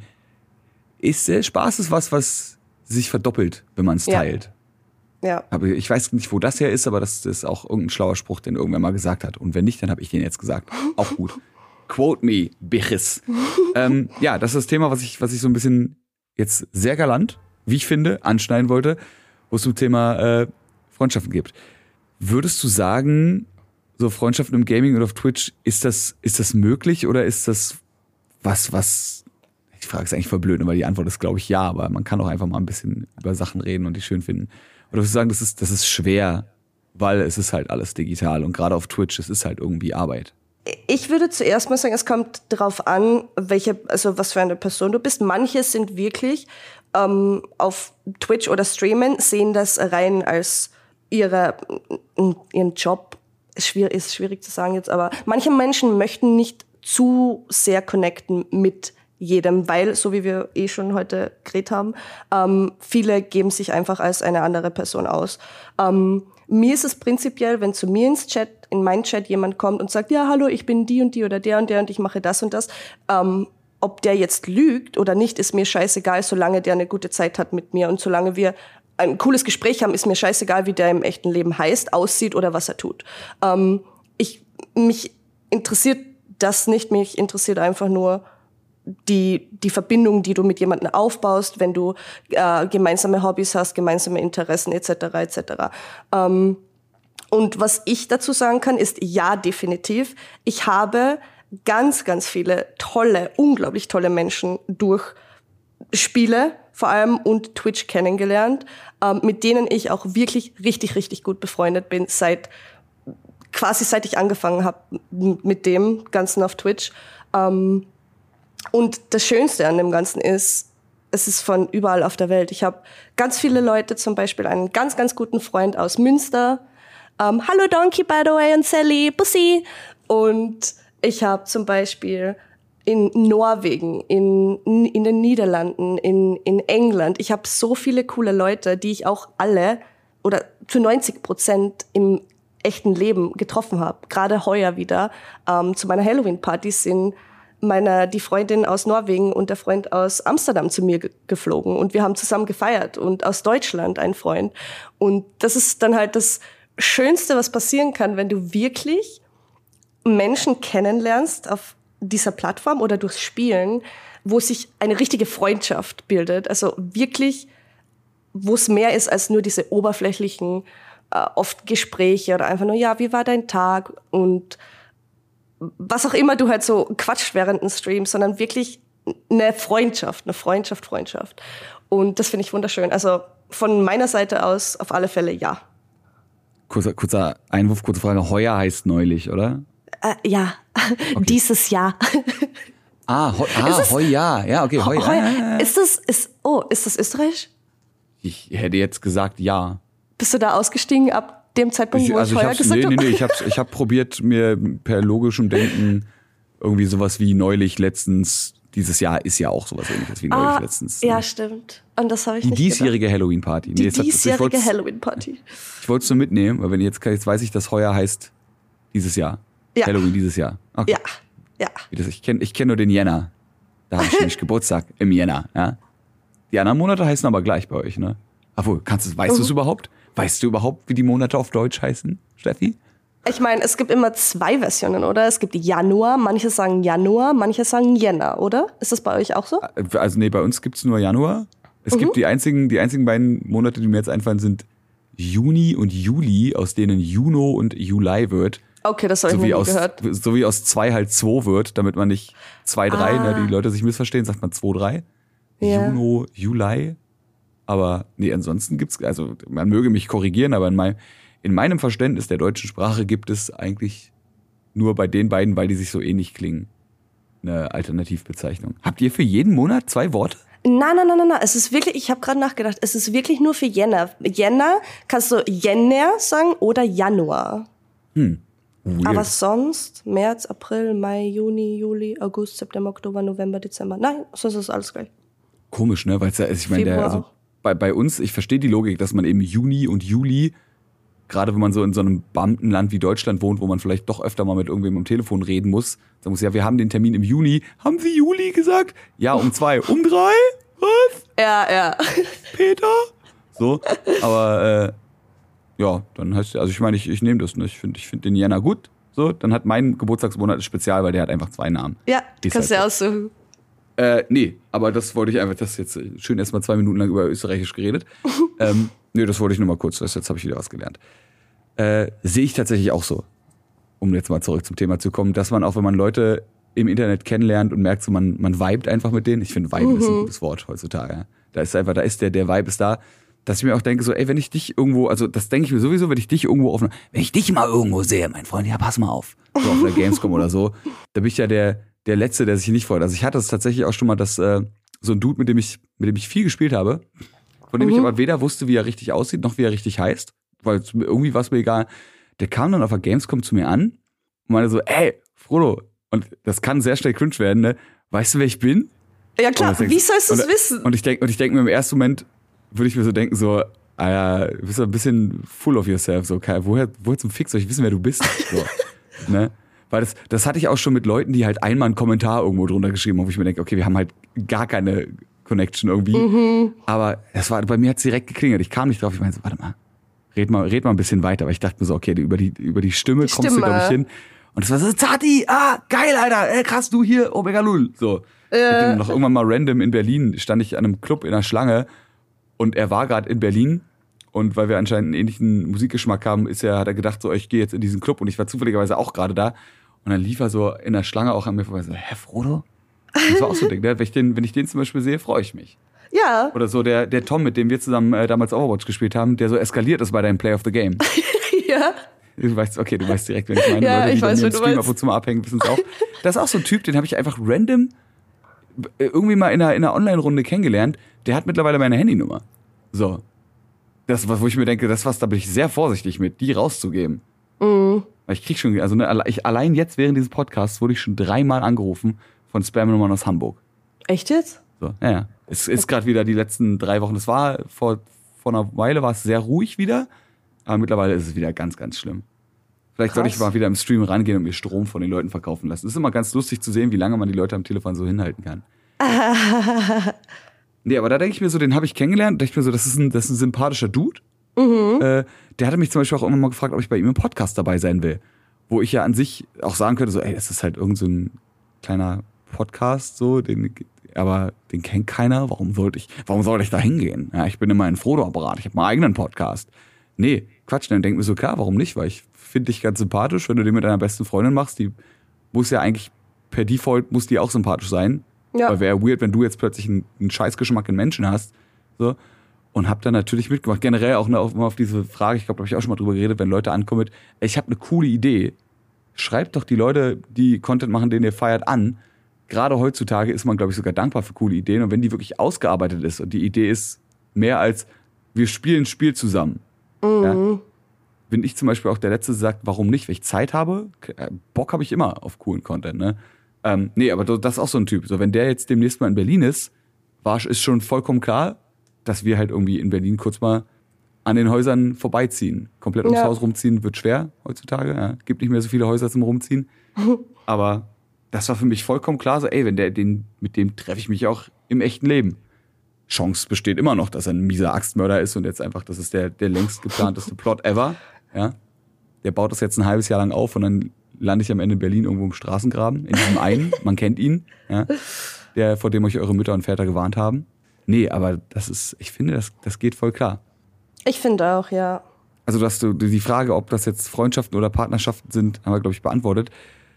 ist äh, Spaß ist was, was sich verdoppelt, wenn man es Ja. teilt. ja. Aber ich weiß nicht, wo das her ist, aber das ist auch irgendein schlauer Spruch, den irgendwer mal gesagt hat. Und wenn nicht, dann habe ich den jetzt gesagt. Auch gut. Quote me, Bichis. ähm, ja, das ist das Thema, was ich, was ich so ein bisschen jetzt sehr galant, wie ich finde, anschneiden wollte, wo es zum Thema äh, Freundschaften gibt. Würdest du sagen, so Freundschaften im Gaming oder auf Twitch, ist das, ist das möglich oder ist das was, was, die Frage ist eigentlich voll blöd, weil die Antwort ist, glaube ich, ja, aber man kann auch einfach mal ein bisschen über Sachen reden und die schön finden. Oder würdest du sagen, das ist, das ist schwer, weil es ist halt alles digital und gerade auf Twitch, es ist halt irgendwie Arbeit. Ich würde zuerst mal sagen, es kommt darauf an, welche, also was für eine Person du bist. Manche sind wirklich ähm, auf Twitch oder Streamen, sehen das rein als ihre, ihren Job. Ist schwierig, ist schwierig zu sagen jetzt, aber manche Menschen möchten nicht zu sehr connecten mit jedem, weil, so wie wir eh schon heute geredet haben, ähm, viele geben sich einfach als eine andere Person aus. Ähm, mir ist es prinzipiell, wenn zu mir ins Chat, in meinen Chat jemand kommt und sagt, ja, hallo, ich bin die und die oder der und der und ich mache das und das, ähm, ob der jetzt lügt oder nicht, ist mir scheißegal, solange der eine gute Zeit hat mit mir und solange wir ein cooles Gespräch haben, ist mir scheißegal, wie der im echten Leben heißt, aussieht oder was er tut. Ähm, ich, mich interessiert das nicht, mich interessiert einfach nur die, die Verbindung, die du mit jemandem aufbaust, wenn du äh, gemeinsame Hobbys hast, gemeinsame Interessen et cetera et cetera. Ähm, und was ich dazu sagen kann, ist ja, definitiv. Ich habe ganz, ganz viele tolle, unglaublich tolle Menschen durch Spiele vor allem und Twitch kennengelernt, ähm, mit denen ich auch wirklich richtig, richtig gut befreundet bin, seit quasi seit ich angefangen habe mit dem Ganzen auf Twitch. Ähm, und das Schönste an dem Ganzen ist, es ist von überall auf der Welt. Ich habe ganz viele Leute, zum Beispiel einen ganz, ganz guten Freund aus Münster. Ähm, Hallo Donkey, by the way, und Sally, Bussi. Und ich habe zum Beispiel in Norwegen, in, in den Niederlanden, in, in England. Ich habe so viele coole Leute, die ich auch alle oder zu neunzig Prozent im echten Leben getroffen habe. Gerade heuer wieder ähm, zu meiner Halloween-Party sind meine, die Freundin aus Norwegen und der Freund aus Amsterdam zu mir ge- geflogen und wir haben zusammen gefeiert und aus Deutschland ein Freund. Und das ist dann halt das Schönste, was passieren kann, wenn du wirklich Menschen kennenlernst auf dieser Plattform oder durchs Spielen, wo sich eine richtige Freundschaft bildet. Also wirklich, wo es mehr ist als nur diese oberflächlichen, äh, oft Gespräche oder einfach nur, ja, wie war dein Tag? Und was auch immer du halt so quatscht während des Streams, sondern wirklich eine Freundschaft, eine Freundschaft, Freundschaft. Und das finde ich wunderschön. Also von meiner Seite aus auf alle Fälle ja. Kurzer, kurzer Einwurf, kurze Frage. Heuer heißt neulich, oder? Äh, ja, okay. Dieses Jahr. Ah, heu, ah das, Heuer. Ja, okay, Heuer. Heuer. Ist das, ist, oh, ist das Österreich? Ich hätte jetzt gesagt, ja. Bist du da ausgestiegen ab dem Zeitpunkt, ich, wo also ich Heuer ich gesagt nee, habe? Nee, nee, ich habe ich hab probiert, mir per logischem Denken irgendwie sowas wie neulich, letztens, dieses Jahr ist ja auch sowas ähnliches wie neulich, ah, letztens. Ja, stimmt. Und das habe ich Die nicht diesjährige Halloween-Party. Die nee, diesjährige Halloween-Party. Ich wollte es nur mitnehmen, weil wenn jetzt, jetzt weiß ich, dass Heuer heißt dieses Jahr. Ja. Halloween dieses Jahr. Okay. Ja, ja. Ich kenne ich kenn nur den Jänner. Da habe ich nämlich Geburtstag im Jänner. Ja? Die anderen Monate heißen aber gleich bei euch, ne? Obwohl, kannst du, weißt mhm. du es überhaupt? Weißt du überhaupt, wie die Monate auf Deutsch heißen, Steffi? Ich meine, es gibt immer zwei Versionen, oder? Es gibt Januar, manche sagen Januar, manche sagen Jänner, oder? Ist das bei euch auch so? Also nee, bei uns gibt's nur Januar. Es mhm. gibt die einzigen, die einzigen beiden Monate, die mir jetzt einfallen, sind Juni und Juli, aus denen Juno und Juli wird. Okay, das habe ich so nie aus, gehört. So wie aus zwei halt zwei wird, damit man nicht zwei, drei, ah. ne, die Leute sich missverstehen, sagt man zwei, drei. Ja. Juno, Juli. Aber nee, ansonsten gibt's, also man möge mich korrigieren, aber in meinem, in meinem Verständnis der deutschen Sprache gibt es eigentlich nur bei den beiden, weil die sich so ähnlich klingen, eine Alternativbezeichnung. Habt ihr für jeden Monat zwei Worte? Nein, nein, nein, nein, nein. Es ist wirklich, ich habe gerade nachgedacht, es ist wirklich nur für Jänner. Jänner kannst du Jänner sagen oder Januar. Hm. Weird. Aber sonst März, April, Mai, Juni, Juli, August, September, Oktober, November, Dezember. Nein, sonst ist alles gleich. Komisch, ne? Weil es ja, ich meine, der, also bei, bei uns, ich verstehe die Logik, dass man eben Juni und Juli, gerade wenn man so in so einem Beamtenland wie Deutschland wohnt, wo man vielleicht doch öfter mal mit irgendwem am Telefon reden muss, sagen muss, ja, wir haben den Termin im Juni. Haben Sie Juli gesagt? Ja, um zwei. Um drei? Was? Ja, ja. Peter? So, aber äh, ja, dann heißt also ich meine, ich, ich nehme das, ne? Ich finde ich find den Jänner gut. So, dann hat mein Geburtstagsmonat ist spezial, weil der hat einfach zwei Namen. Ja, die kannst du halt ja aussuchen. Äh, nee, aber das wollte ich einfach, das jetzt schön erstmal zwei Minuten lang über Österreichisch geredet. ähm, nee, das wollte ich nur mal kurz, das, jetzt habe ich wieder was gelernt. Äh, sehe ich tatsächlich auch so, um jetzt mal zurück zum Thema zu kommen, dass man auch, wenn man Leute im Internet kennenlernt und merkt, so man, man vibet einfach mit denen. Ich finde, viben mhm. ist ein gutes Wort heutzutage. Ja. Da ist einfach, da ist der, der Vibe ist da, dass ich mir auch denke, so, ey, wenn ich dich irgendwo, also das denke ich mir sowieso, wenn ich dich irgendwo auf, wenn ich dich mal irgendwo sehe, mein Freund, ja, pass mal auf, so auf der Gamescom oder so, da bin ich ja der, der Letzte, der sich nicht freut. Also ich hatte es tatsächlich auch schon mal, dass äh, so ein Dude, mit dem ich, mit dem ich viel gespielt habe, von dem mhm. ich aber weder wusste, wie er richtig aussieht, noch wie er richtig heißt, weil irgendwie war es mir egal. Der kam dann auf der Gamescom zu mir an und meinte so, ey, Frodo, und das kann sehr schnell cringe werden, ne? Weißt du, wer ich bin? Ja klar, wie sollst du es wissen? Und ich denke und ich denk mir im ersten Moment, würde ich mir so denken, so, Alter, du bist doch ein bisschen full of yourself, so, woher, woher zum Fix soll ich wissen, wer du bist? So, ne? Weil das, das hatte ich auch schon mit Leuten, die halt einmal einen Kommentar irgendwo drunter geschrieben haben, wo ich mir denke, okay, wir haben halt gar keine Connection irgendwie. Mhm. Aber das war, bei mir hat es direkt geklingelt. Ich kam nicht drauf. Ich meinte so, warte mal, red mal, red mal ein bisschen weiter. Aber ich dachte mir so, okay, über die, über die Stimme die kommst Stimme. du, glaube ich, hin. Und es war so, Zati, ah, geil, Alter, ey, krass, du hier, Omega Lul. So. Äh. Und noch irgendwann mal random in Berlin stand ich an einem Club in einer Schlange und er war gerade in Berlin. Und weil wir anscheinend einen ähnlichen Musikgeschmack haben, ist er, hat er gedacht, so, ich gehe jetzt in diesen Club und ich war zufälligerweise auch gerade da. Und dann lief er so in der Schlange auch an mir vorbei, so, hä, Frodo? Und das war auch so ein Ding, ne? wenn, ich den, wenn ich den zum Beispiel sehe, freue ich mich. Ja. Oder so der, der Tom, mit dem wir zusammen äh, damals Overwatch gespielt haben, der so eskaliert ist bei deinem Play of the Game. Ja. Du weißt, okay, du weißt direkt, wenn ich meine, Ja, Leute, die ich bei weiß, mir im was du Stream meinst. ab und zu mal abhängen, wissen es auch. Das ist auch so ein Typ, den habe ich einfach random äh, irgendwie mal in einer, in einer Online-Runde kennengelernt. Der hat mittlerweile meine Handynummer. So. Das, wo ich mir denke, das was, da bin ich sehr vorsichtig mit, die rauszugeben. Mhm. Weil ich krieg schon, also ne, ich, allein jetzt während dieses Podcasts wurde ich schon dreimal angerufen von Spam-Nummern aus Hamburg. Echt jetzt? So, ja, ja. Es ist gerade wieder die letzten drei Wochen. Das war vor, vor einer Weile war es sehr ruhig wieder, aber mittlerweile ist es wieder ganz, ganz schlimm. Vielleicht Krass. sollte ich mal wieder im Stream rangehen und mir Strom von den Leuten verkaufen lassen. Es ist immer ganz lustig zu sehen, wie lange man die Leute am Telefon so hinhalten kann. Nee, aber da denke ich mir so, den habe ich kennengelernt. Da denke ich mir so, das ist ein, das ist ein sympathischer Dude. Mhm. Äh, der hatte mich zum Beispiel auch immer mal gefragt, ob ich bei ihm im Podcast dabei sein will. Wo ich ja an sich auch sagen könnte, so, ey, das ist halt irgend so ein kleiner Podcast, so, den, aber den kennt keiner. Warum sollte ich, warum sollte ich da hingehen? Ja, ich bin immer ein Frodo-Apparat, ich habe meinen eigenen Podcast. Nee, Quatsch, dann denk mir so, klar, warum nicht? Weil ich finde dich ganz sympathisch, wenn du den mit deiner besten Freundin machst, die muss ja eigentlich per Default, muss die auch sympathisch sein. Ja. Weil wäre weird, wenn du jetzt plötzlich einen, einen Scheißgeschmack in Menschen hast. So. Und hab dann natürlich mitgemacht. Generell auch ne, auf, auf diese Frage, ich glaube, da habe ich auch schon mal drüber geredet, wenn Leute ankommen mit, ey, ich habe eine coole Idee. Schreibt doch die Leute, die Content machen, den ihr feiert, an. Gerade heutzutage ist man, glaube ich, sogar dankbar für coole Ideen. Und wenn die wirklich ausgearbeitet ist und die Idee ist mehr als, wir spielen ein Spiel zusammen. Mhm. Ja, bin ich zum Beispiel auch der Letzte, der sagt, warum nicht? Wenn ich Zeit habe, Bock habe ich immer auf coolen Content. Ne? Ähm, nee, aber das ist auch so ein Typ. So, wenn der jetzt demnächst mal in Berlin ist, war, ist schon vollkommen klar, dass wir halt irgendwie in Berlin kurz mal an den Häusern vorbeiziehen. Komplett ums Ja. Haus rumziehen wird schwer heutzutage. Ja. Gibt nicht mehr so viele Häuser zum Rumziehen. Aber das war für mich vollkommen klar, so, ey, wenn der, den, mit dem treffe ich mich auch im echten Leben. Chance besteht immer noch, dass er ein mieser Axtmörder ist und jetzt einfach, das ist der, der längst geplanteste Plot ever. Ja. Der baut das jetzt ein halbes Jahr lang auf und dann lande ich am Ende in Berlin irgendwo im Straßengraben, in diesem einen, man kennt ihn, ja, der, vor dem euch eure Mütter und Väter gewarnt haben. Nee, aber das ist, ich finde, das, das geht voll klar. Ich finde auch, ja. Also, dass du die Frage, ob das jetzt Freundschaften oder Partnerschaften sind, haben wir, glaube ich, beantwortet.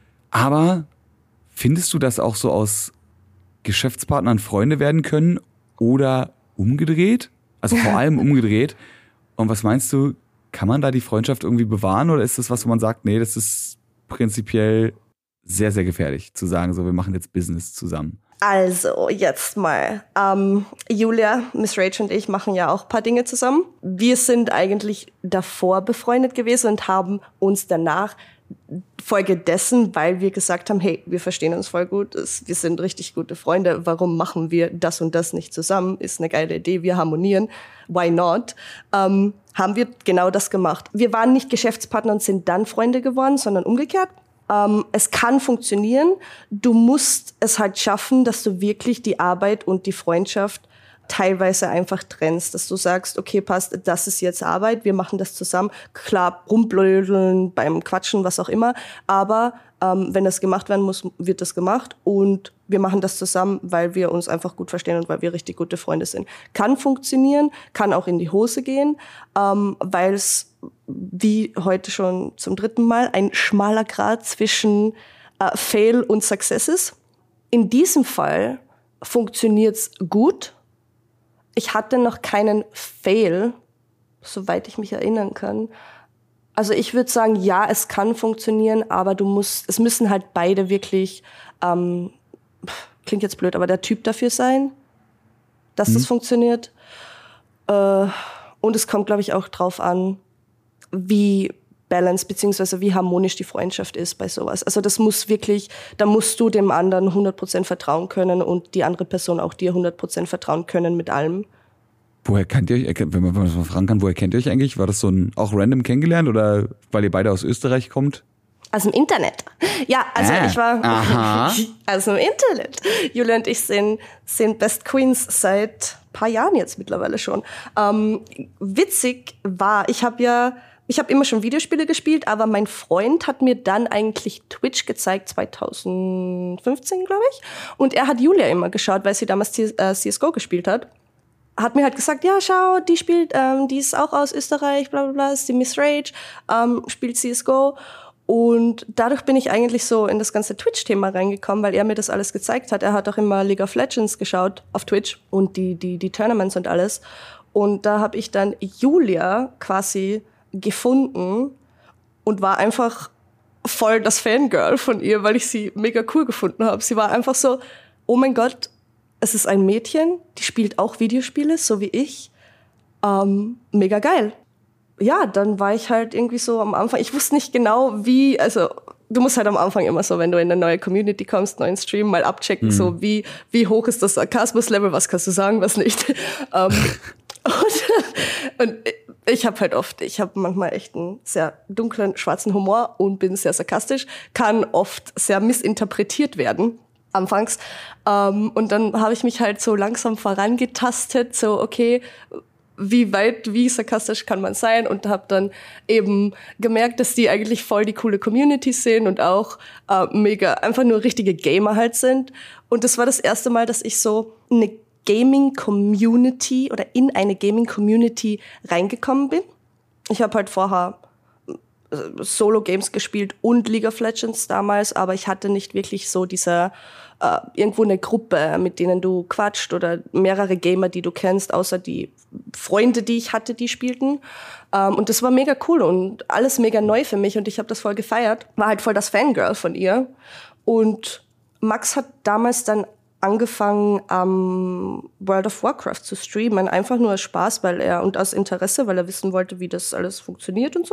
Aber findest du, dass auch so aus Geschäftspartnern Freunde werden können oder umgedreht? Also vor allem umgedreht. Und was meinst du, kann man da die Freundschaft irgendwie bewahren oder ist das was, wo man sagt, nee, das ist prinzipiell sehr, sehr gefährlich, zu sagen, so, wir machen jetzt Business zusammen? Also, jetzt mal. Ähm, Julia, Miss Rachel und ich machen ja auch ein paar Dinge zusammen. Wir sind eigentlich davor befreundet gewesen und haben uns danach Folge dessen, weil wir gesagt haben, hey, wir verstehen uns voll gut, wir sind richtig gute Freunde, warum machen wir das und das nicht zusammen? Ist eine geile Idee, wir harmonieren, why not? Ähm, haben wir genau das gemacht. Wir waren nicht Geschäftspartner und sind dann Freunde geworden, sondern umgekehrt. Ähm, es kann funktionieren, du musst es halt schaffen, dass du wirklich die Arbeit und die Freundschaft teilweise einfach trennst, dass du sagst, okay, passt, das ist jetzt Arbeit, wir machen das zusammen, klar, rumblödeln, beim Quatschen, was auch immer, aber ähm, wenn das gemacht werden muss, wird das gemacht und wir machen das zusammen, weil wir uns einfach gut verstehen und weil wir richtig gute Freunde sind. Kann funktionieren, kann auch in die Hose gehen, ähm, weil es, wie heute schon zum dritten Mal, ein schmaler Grat zwischen äh, Fail und Success ist. In diesem Fall funktioniert's gut. Ich hatte noch keinen Fail, soweit ich mich erinnern kann. Also ich würde sagen, ja, es kann funktionieren, aber du musst, es müssen halt beide wirklich, ähm, klingt jetzt blöd, aber der Typ dafür sein, dass mhm. das funktioniert. Äh, und es kommt, glaube ich, auch drauf an, wie balanced beziehungsweise wie harmonisch die Freundschaft ist bei sowas. Also das muss wirklich, da musst du dem anderen hundert Prozent vertrauen können und die andere Person auch dir hundert Prozent vertrauen können mit allem. Woher kennt ihr euch, wenn man, wenn man das mal fragen kann, woher kennt ihr euch eigentlich? War das so ein auch random kennengelernt oder weil ihr beide aus Österreich kommt? Aus dem Internet. Ja, also Ah, ich war aha. aus dem Internet. Julia und ich sind, sind Best Queens seit ein paar Jahren jetzt mittlerweile schon. Ähm, witzig war, ich habe ja, ich habe immer schon Videospiele gespielt, aber mein Freund hat mir dann eigentlich Twitch gezeigt, zwanzig fünfzehn, glaube ich. Und er hat Julia immer geschaut, weil sie damals C S G O gespielt hat. Hat mir halt gesagt, ja, schau, die spielt, ähm, die ist auch aus Österreich, bla bla bla, ist die Miss Rage, ähm, spielt C S G O. Und dadurch bin ich eigentlich so in das ganze Twitch-Thema reingekommen, weil er mir das alles gezeigt hat. Er hat auch immer League of Legends geschaut auf Twitch und die, die, die Tournaments und alles. Und da habe ich dann Julia quasi gefunden und war einfach voll das Fangirl von ihr, weil ich sie mega cool gefunden habe. Sie war einfach so, oh mein Gott, es ist ein Mädchen, die spielt auch Videospiele, so wie ich. Ähm, mega geil. Ja, dann war ich halt irgendwie so am Anfang, ich wusste nicht genau wie, also du musst halt am Anfang immer so, wenn du in eine neue Community kommst, neuen Stream, mal abchecken, mhm. so wie wie hoch ist das Sarkasmus-Level, was kannst du sagen, was nicht. um, und, und ich habe halt oft, ich habe manchmal echt einen sehr dunklen, schwarzen Humor und bin sehr sarkastisch, kann oft sehr missinterpretiert werden. Anfangs. Um, und dann habe ich mich halt so langsam vorangetastet, so okay, wie weit, wie sarkastisch kann man sein, und habe dann eben gemerkt, dass die eigentlich voll die coole Community sind und auch äh, mega, einfach nur richtige Gamer halt sind. Und das war das erste Mal, dass ich so eine Gaming-Community oder in eine Gaming-Community reingekommen bin. Ich habe halt vorher Solo-Games gespielt und League of Legends damals, aber ich hatte nicht wirklich so diese äh, irgendwo eine Gruppe, mit denen du quatscht oder mehrere Gamer, die du kennst, außer die Freunde, die ich hatte, die spielten. Ähm, und das war mega cool und alles mega neu für mich und ich habe das voll gefeiert. War halt voll das Fangirl von ihr. Und Max hat damals dann angefangen, ähm, World of Warcraft zu streamen, einfach nur aus Spaß, weil er und aus Interesse, weil er wissen wollte, wie das alles funktioniert und so.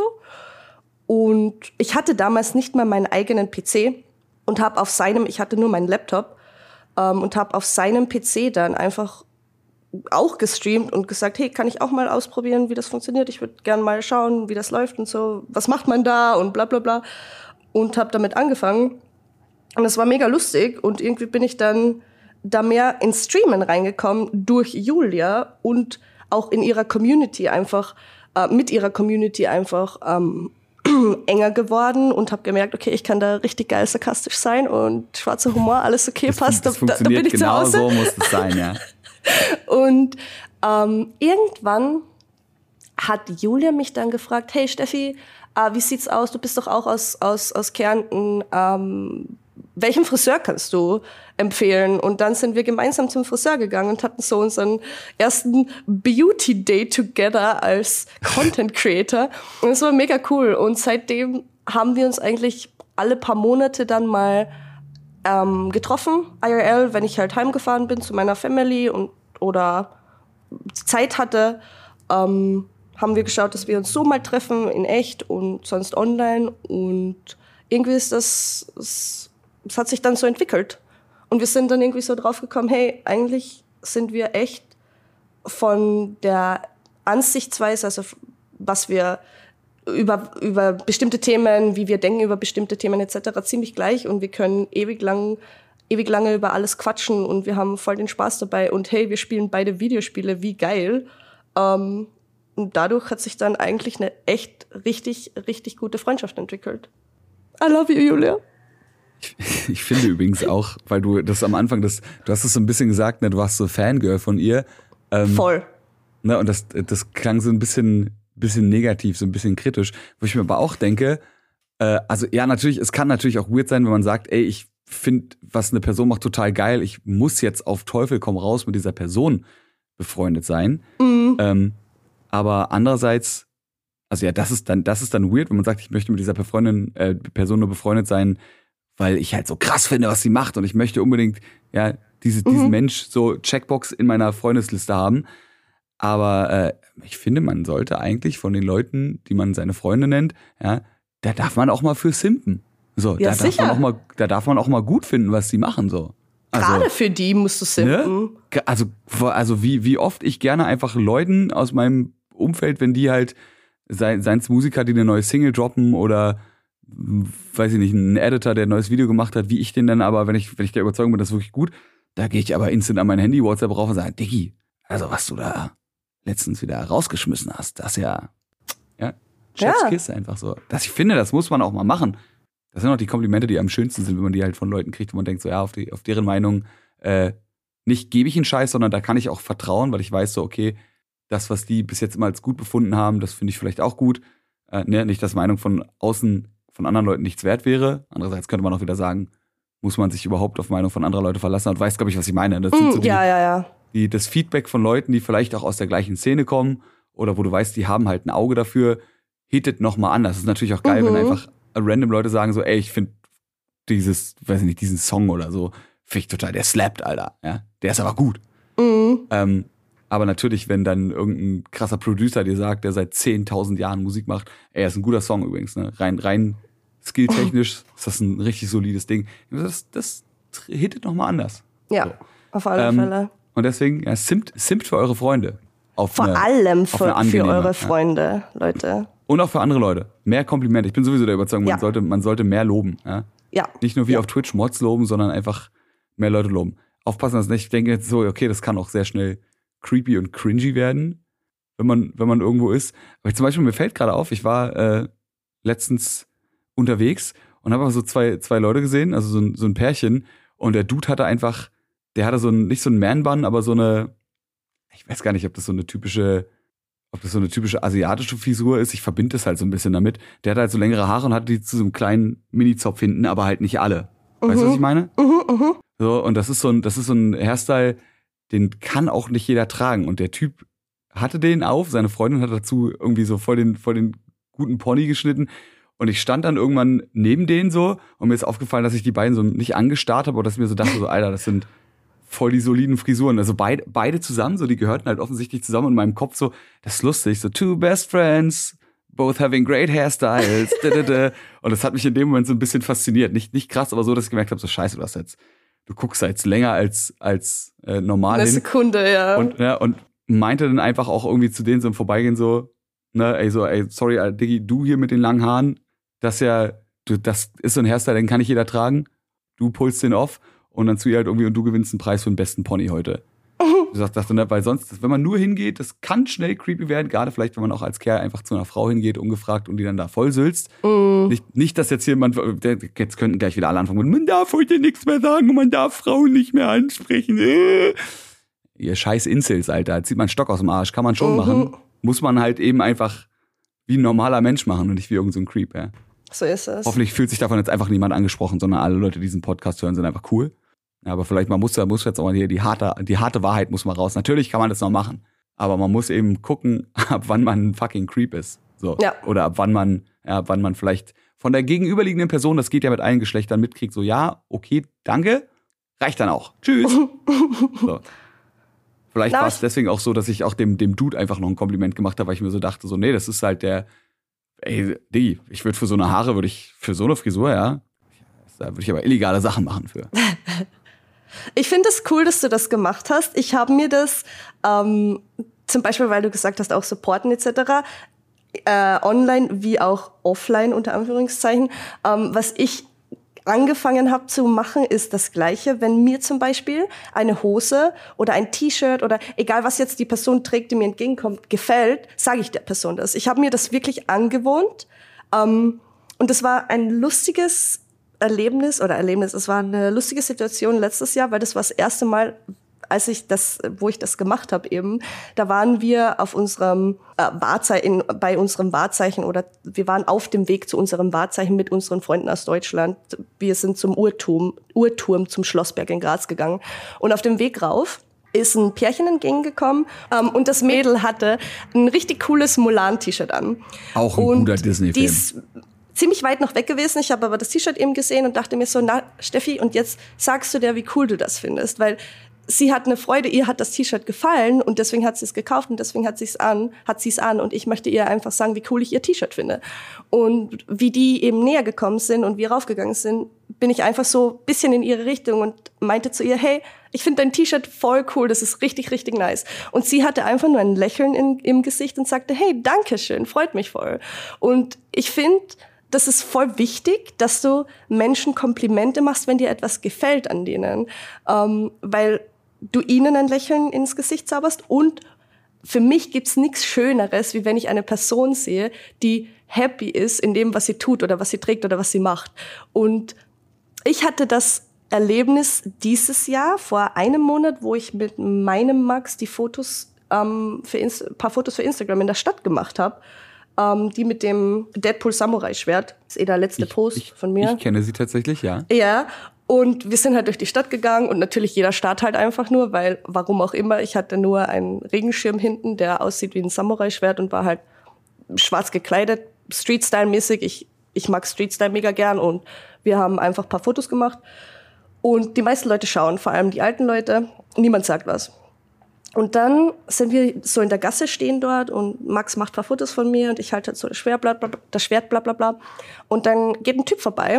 Und ich hatte damals nicht mal meinen eigenen P C und habe auf seinem, ich hatte nur meinen Laptop, ähm, und habe auf seinem P C dann einfach auch gestreamt und gesagt, hey, kann ich auch mal ausprobieren, wie das funktioniert? Ich würde gerne mal schauen, wie das läuft und so. Was macht man da und bla bla bla. Und habe damit angefangen. Und das war mega lustig und irgendwie bin ich dann da mehr ins Streamen reingekommen durch Julia und auch in ihrer Community einfach, äh, mit ihrer Community einfach ähm, enger geworden und habe gemerkt, okay, ich kann da richtig geil sarkastisch sein und schwarzer Humor, alles okay, das, passt, das da, da bin ich genau zu Hause. So muss es sein, ja. Und ähm, irgendwann hat Julia mich dann gefragt, hey Steffi, äh, wie sieht's aus? Du bist doch auch aus, aus, aus Kärnten. Ähm, welchen Friseur kannst du empfehlen? Und dann sind wir gemeinsam zum Friseur gegangen und hatten so unseren ersten Beauty Day together als Content Creator. Und es war mega cool. Und seitdem haben wir uns eigentlich alle paar Monate dann mal ähm, getroffen, I R L, wenn ich halt heimgefahren bin zu meiner Family und oder Zeit hatte, ähm, haben wir geschaut, dass wir uns so mal treffen in echt und sonst online. Und irgendwie ist das, es, es hat sich dann so entwickelt. Und wir sind dann irgendwie so drauf gekommen, hey, eigentlich sind wir echt von der Ansichtsweise, also was wir über, über bestimmte Themen, wie wir denken über bestimmte Themen et cetera ziemlich gleich und wir können ewig lang, ewig lange über alles quatschen und wir haben voll den Spaß dabei und hey, wir spielen beide Videospiele, wie geil. Ähm, und dadurch hat sich dann eigentlich eine echt richtig, richtig gute Freundschaft entwickelt. I love you, Julia. Ich, ich finde übrigens auch, weil du das am Anfang, das, du hast es so ein bisschen gesagt, ne, du warst so Fangirl von ihr. Ähm, Voll. Ne, und das, das klang so ein bisschen, bisschen negativ, so ein bisschen kritisch. Wo ich mir aber auch denke, äh, also ja, natürlich, es kann natürlich auch weird sein, wenn man sagt, ey, ich finde, was eine Person macht, total geil. Ich muss jetzt auf Teufel komm raus mit dieser Person befreundet sein. Mhm. Ähm, aber andererseits, also ja, das ist dann, das ist dann weird, wenn man sagt, ich möchte mit dieser befreundeten äh, Person nur befreundet sein, weil ich halt so krass finde, was sie macht und ich möchte unbedingt ja diese, Mhm. diesen Mensch so Checkbox in meiner Freundesliste haben. Aber äh, ich finde, man sollte eigentlich von den Leuten, die man seine Freunde nennt, ja, da darf man auch mal für simpen. So, Ja, da sicher. darf man auch mal, da darf man auch mal gut finden, was sie machen so. Also, Gerade für die musst du simpen. ne? Also, also wie, wie oft ich gerne einfach Leuten aus meinem Umfeld, wenn die halt, sei, seien es Musiker, die eine neue Single droppen oder weiß ich nicht, ein Editor, der ein neues Video gemacht hat, wie ich den dann aber, wenn ich, wenn ich der Überzeugung bin, das ist wirklich gut, da gehe ich aber instant an mein Handy, WhatsApp rauf und sage, Diggi, also was du da letztens wieder rausgeschmissen hast, das ist ja, ja, Chef's Ja. Kiss einfach so. Das, ich finde, das muss man auch mal machen. Das sind auch die Komplimente, die am schönsten sind, wenn man die halt von Leuten kriegt, wo man denkt, so ja, auf, die, auf deren Meinung äh, nicht gebe ich einen Scheiß, sondern da kann ich auch vertrauen, weil ich weiß so, okay, das, was die bis jetzt immer als gut befunden haben, das finde ich vielleicht auch gut. Äh, ne? Nicht, dass Meinung von außen, von anderen Leuten nichts wert wäre. Andererseits könnte man auch wieder sagen, muss man sich überhaupt auf Meinung von anderer Leute verlassen und weiß, glaube ich, was ich meine. Das sind so die, ja, ja, ja. die, das Feedback von Leuten, die vielleicht auch aus der gleichen Szene kommen oder wo du weißt, die haben halt ein Auge dafür, hittet noch mal anders. Das ist natürlich auch geil, Mhm. wenn einfach random Leute sagen so, ey, ich finde dieses, weiß ich nicht, diesen Song oder so, finde ich total, der slappt, Alter. Ja? Der ist aber gut. Mhm. Ähm, aber natürlich, wenn dann irgendein krasser Producer dir sagt, der seit zehntausend Jahren Musik macht, ey, das ist ein guter Song übrigens, ne? Rein, rein skilltechnisch ist das ein richtig solides Ding. Das, das hittet noch mal anders. Ja, So. auf alle Ähm, Fälle. Und deswegen, ja, simpt, simpt für eure Freunde. Auf Vor eine, allem auf eine für, für angenehme, eure ja. Freunde, Leute. Und auch für andere Leute. Mehr Komplimente. Ich bin sowieso der Überzeugung, man, Ja. sollte, man sollte mehr loben. Ja? Ja. Nicht nur wie Ja. auf Twitch Mods loben, sondern einfach mehr Leute loben. Aufpassen, dass nicht, ich denke jetzt so, okay, das kann auch sehr schnell creepy und cringy werden, wenn man, wenn man irgendwo ist. Aber zum Beispiel, mir fällt gerade auf, ich war äh, letztens unterwegs und habe aber so zwei, zwei Leute gesehen, also so ein, so ein Pärchen. Und der Dude hatte einfach, der hatte so ein, nicht so ein Man-Bun, aber so eine, ich weiß gar nicht, ob das so eine typische, ob das so eine typische asiatische Frisur ist. Ich verbinde das halt so ein bisschen damit. Der hatte halt so längere Haare und hatte die zu so einem kleinen Mini-Zopf hinten, aber halt nicht alle. Weißt du, was ich meine? Mhm, mhm. So, und das ist so ein, das ist so ein Hairstyle, den kann auch nicht jeder tragen. Und der Typ hatte den auf, seine Freundin hat dazu irgendwie so voll den, voll den guten Pony geschnitten. Und ich stand dann irgendwann neben denen so und mir ist aufgefallen, dass ich die beiden so nicht angestarrt habe, aber dass ich mir so dachte, so, Alter, das sind voll die soliden Frisuren. Also beide, beide zusammen, so, die gehörten halt offensichtlich zusammen und in meinem Kopf so, das ist lustig, so two best friends, both having great hairstyles. da, da, da. Und das hat mich in dem Moment so ein bisschen fasziniert. Nicht, nicht krass, aber so, dass ich gemerkt habe, so scheiße, du hast jetzt, du guckst da jetzt länger als, als äh, normal Eine hin. Sekunde, ja. Und, ja, und meinte dann einfach auch irgendwie zu denen so im Vorbeigehen so, ne, ey, so, ey, sorry, Alter, Diggi, du hier mit den langen Haaren, das ja, du, das ist so ein Hairstyle, den kann nicht jeder tragen. Du pulst den off und dann zu ihr halt irgendwie und du gewinnst einen Preis für den besten Pony heute. Du sagst, das, weil sonst, wenn man nur hingeht, das kann schnell creepy werden, gerade vielleicht, wenn man auch als Kerl einfach zu einer Frau hingeht, ungefragt und die dann da voll sülzt. Mm. Nicht, nicht, dass jetzt jemand, jetzt könnten gleich wieder alle anfangen mit, man darf heute nichts mehr sagen und man darf Frauen nicht mehr ansprechen. Äh. Ihr scheiß Incels, Alter, zieht man einen Stock aus dem Arsch, kann man schon Mhm. machen. Muss man halt eben einfach wie ein normaler Mensch machen und nicht wie irgendein so ein Creep, ja. So ist es. Hoffentlich fühlt sich davon jetzt einfach niemand angesprochen, sondern alle Leute, die diesen Podcast hören, sind einfach cool. Ja, aber vielleicht, man muss, da muss jetzt auch mal hier die harte, die harte Wahrheit muss mal raus. Natürlich kann man das noch machen, aber man muss eben gucken, ab wann man ein fucking Creep ist. So. Ja. Oder ab wann man, ja, ab wann man vielleicht von der gegenüberliegenden Person, das geht ja mit allen Geschlechtern, mitkriegt, so, ja, okay, danke, reicht dann auch. Tschüss. So. Vielleicht Na, war es ich- deswegen auch so, dass ich auch dem, dem Dude einfach noch ein Kompliment gemacht habe, weil ich mir so dachte, so, nee, das ist halt der, ey, Diggi, ich würde für so eine Haare, würde ich, für so eine Frisur, ja, da würde ich aber illegale Sachen machen für. Ich finde es cool, dass du das gemacht hast. Ich habe mir das ähm, zum Beispiel, weil du gesagt hast, auch supporten et cetera, äh, online wie auch offline unter Anführungszeichen. Ähm, was ich angefangen habe zu machen, ist das Gleiche. Wenn mir zum Beispiel eine Hose oder ein T-Shirt oder egal was jetzt die Person trägt, die mir entgegenkommt, gefällt, sage ich der Person das. Ich habe mir das wirklich angewohnt. Ähm, und das war ein lustiges Erlebnis oder Erlebnis. Es war eine lustige Situation letztes Jahr, weil das war das erste Mal, als ich das, wo ich das gemacht habe eben. Da waren wir auf unserem äh, Wahrzeichen, bei unserem Wahrzeichen oder wir waren auf dem Weg zu unserem Wahrzeichen mit unseren Freunden aus Deutschland. Wir sind zum Uhrturm, Uhrturm zum Schlossberg in Graz gegangen und auf dem Weg rauf ist ein Pärchen entgegengekommen ähm, und das Mädel hatte ein richtig cooles Mulan-T-Shirt an. Auch ein und guter Disney-Film. die ist ziemlich weit noch weg gewesen. Ich habe aber das T-Shirt eben gesehen und dachte mir so, na Steffi, und jetzt sagst du dir, wie cool du das findest, weil sie hat eine Freude, ihr hat das T-Shirt gefallen und deswegen hat sie es gekauft und deswegen hat sie es an, hat sie es an und ich möchte ihr einfach sagen, wie cool ich ihr T-Shirt finde. Und wie die eben näher gekommen sind und wir raufgegangen sind, bin ich einfach so ein bisschen in ihre Richtung und meinte zu ihr, hey, ich finde dein T-Shirt voll cool, das ist richtig, richtig nice. Und sie hatte einfach nur ein Lächeln in, im Gesicht und sagte, hey, danke schön, freut mich voll. Und ich finde, das ist voll wichtig, dass du Menschen Komplimente machst, wenn dir etwas gefällt an denen, ähm, weil du ihnen ein Lächeln ins Gesicht zauberst. Und für mich gibt's nichts Schöneres, wie wenn ich eine Person sehe, die happy ist in dem, was sie tut oder was sie trägt oder was sie macht. Und ich hatte das Erlebnis dieses Jahr, vor einem Monat, wo ich mit meinem Max die Fotos, ähm, für Inst- ein paar Fotos für Instagram in der Stadt gemacht habe. Ähm, die mit dem Deadpool-Samurai-Schwert. Das ist eh der letzte ich, Post ich, von mir. Ich kenne sie tatsächlich, ja. Ja, und wir sind halt durch die Stadt gegangen und natürlich jeder starrt halt einfach nur, weil, warum auch immer, ich hatte nur einen Regenschirm hinten, der aussieht wie ein Samurai-Schwert und war halt schwarz gekleidet, Street-Style-mäßig. Ich, ich mag Street-Style mega gern und wir haben einfach ein paar Fotos gemacht. Und die meisten Leute schauen, vor allem die alten Leute. Niemand sagt was. Und dann sind wir so in der Gasse stehen dort und Max macht ein paar Fotos von mir und ich halte halt so das Schwert, bla, bla, das Schwert, bla, bla, bla. Und dann geht ein Typ vorbei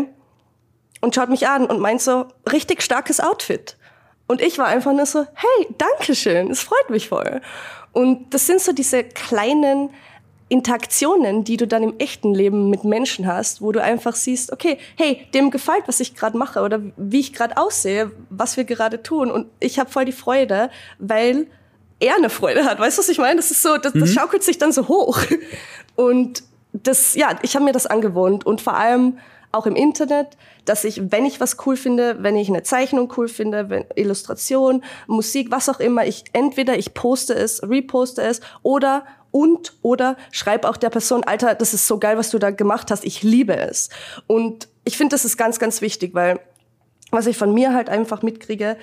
und schaut mich an und meint so, richtig starkes Outfit. Und ich war einfach nur so, hey, danke schön, es freut mich voll. Und das sind so diese kleinen Interaktionen, die du dann im echten Leben mit Menschen hast, wo du einfach siehst, okay, hey, dem gefällt, was ich gerade mache oder wie ich gerade aussehe, was wir gerade tun. Und ich habe voll die Freude, weil er eine Freude hat. Weißt du, was ich meine? Das ist so, das, das schaukelt sich dann so hoch. Und das, ja, ich habe mir das angewohnt. Und vor allem auch im Internet, dass ich, wenn ich was cool finde, wenn ich eine Zeichnung cool finde, wenn Illustration, Musik, was auch immer, ich entweder ich poste es, reposte es oder und oder schreib auch der Person, Alter, das ist so geil, was du da gemacht hast, ich liebe es. Und ich finde, das ist ganz, ganz wichtig, weil was ich von mir halt einfach mitkriege,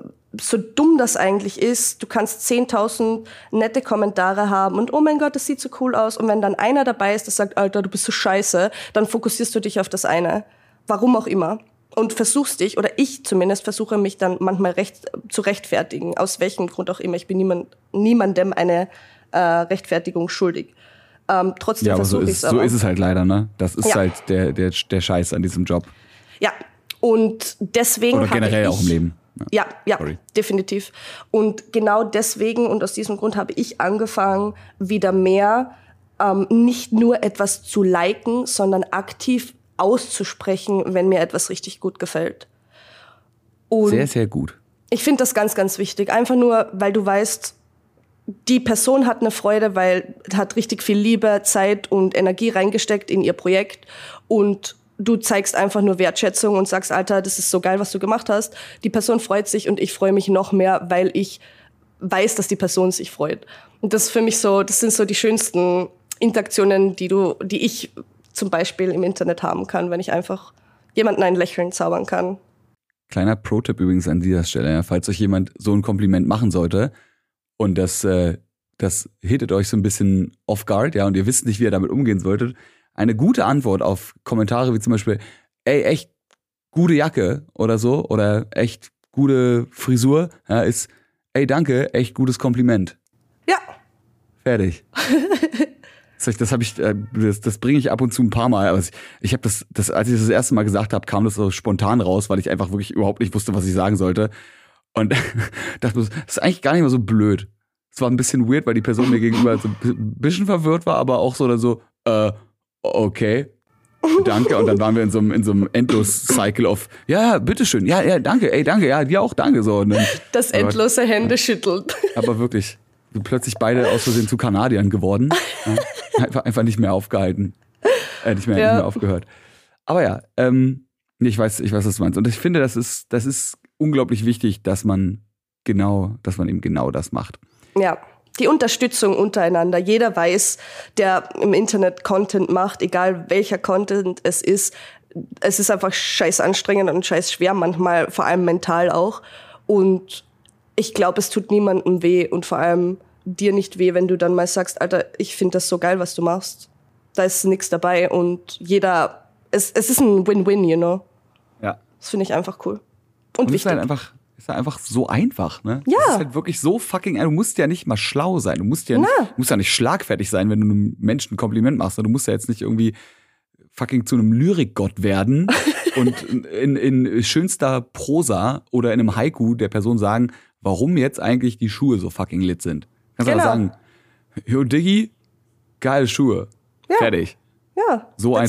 so dumm das eigentlich ist, du kannst zehntausend nette Kommentare haben und oh mein Gott, das sieht so cool aus. Und wenn dann einer dabei ist, der sagt, Alter, du bist so scheiße, dann fokussierst du dich auf das eine. Warum auch immer. Und versuchst dich, oder ich zumindest versuche mich dann manchmal recht, zu rechtfertigen. Aus welchem Grund auch immer. Ich bin niemand, niemandem eine äh, Rechtfertigung schuldig. Ähm, trotzdem ja, aber so versuche ist, ich es aber. So ist es halt leider, ne? Das ist ja. halt der, der, der Scheiß an diesem Job. Ja, und deswegen Oder generell habe ich, auch im Leben. Ja, ja, Sorry. definitiv. Und genau deswegen und aus diesem Grund habe ich angefangen, wieder mehr ähm, nicht nur etwas zu liken, sondern aktiv auszusprechen, wenn mir etwas richtig gut gefällt. Und sehr, sehr gut. Ich finde das ganz, ganz wichtig. Einfach nur, weil du weißt, die Person hat eine Freude, weil hat richtig viel Liebe, Zeit und Energie reingesteckt in ihr Projekt und du zeigst einfach nur Wertschätzung und sagst, Alter, das ist so geil, was du gemacht hast. Die Person freut sich und ich freue mich noch mehr, weil ich weiß, dass die Person sich freut. Und das ist für mich so, das sind so die schönsten Interaktionen, die du, die ich zum Beispiel im Internet haben kann, wenn ich einfach jemanden ein Lächeln zaubern kann. Kleiner Pro-Tipp übrigens an dieser Stelle, ja, falls euch jemand so ein Kompliment machen sollte und das, äh, das hittet euch so ein bisschen off guard, ja, und ihr wisst nicht, wie ihr damit umgehen solltet, eine gute Antwort auf Kommentare wie zum Beispiel, ey, echt gute Jacke oder so, oder echt gute Frisur, ja, ist, ey, danke, echt gutes Kompliment. Ja. Fertig. Das, das habe ich, das, das bringe ich ab und zu ein paar Mal. Aber ich habe das, das, als ich das das erste Mal gesagt habe, kam das so spontan raus, weil ich einfach wirklich überhaupt nicht wusste, was ich sagen sollte. Und dachte, das ist eigentlich gar nicht mehr so blöd. Es war ein bisschen weird, weil die Person mir gegenüber so ein bisschen verwirrt war, aber auch so oder so, äh, okay, danke. Und dann waren wir in so einem, in so einem Endlos-Cycle of, ja, bitteschön, ja, ja, danke, ey, danke, ja, dir auch, danke. So. Und dann, das endlose Händeschütteln. Aber wirklich, plötzlich beide aus Versehen zu Kanadiern geworden. Ja, einfach, einfach nicht mehr aufgehalten. Äh, nicht mehr, ja. nicht mehr aufgehört. Aber ja, ähm, ich weiß, ich weiß, was du meinst. Und ich finde, das ist, das ist unglaublich wichtig, dass man genau, dass man eben genau das macht. Ja. Die Unterstützung untereinander. Jeder weiß, der im Internet Content macht, egal welcher Content es ist, es ist einfach scheiß anstrengend und scheiß schwer manchmal, vor allem mental auch. Und ich glaube, es tut niemandem weh und vor allem dir nicht weh, wenn du dann mal sagst, Alter, ich finde das so geil, was du machst. Da ist nichts dabei und jeder, es, es ist ein Win-Win, you know. Ja. Das finde ich einfach cool. Und, Und wichtig. ist halt einfach, ist halt einfach so einfach, ne? Ja. Das ist halt wirklich so fucking, du musst ja nicht mal schlau sein. Du musst ja nicht, du musst ja nicht schlagfertig sein, wenn du einem Menschen ein Kompliment machst. Du musst ja jetzt nicht irgendwie fucking zu einem Lyrikgott werden und in, in schönster Prosa oder in einem Haiku der Person sagen, warum jetzt eigentlich die Schuhe so fucking lit sind. Kannst Genau. aber sagen, yo Diggi, geile Schuhe. Ja. Fertig. Ja, So that's einfach. it.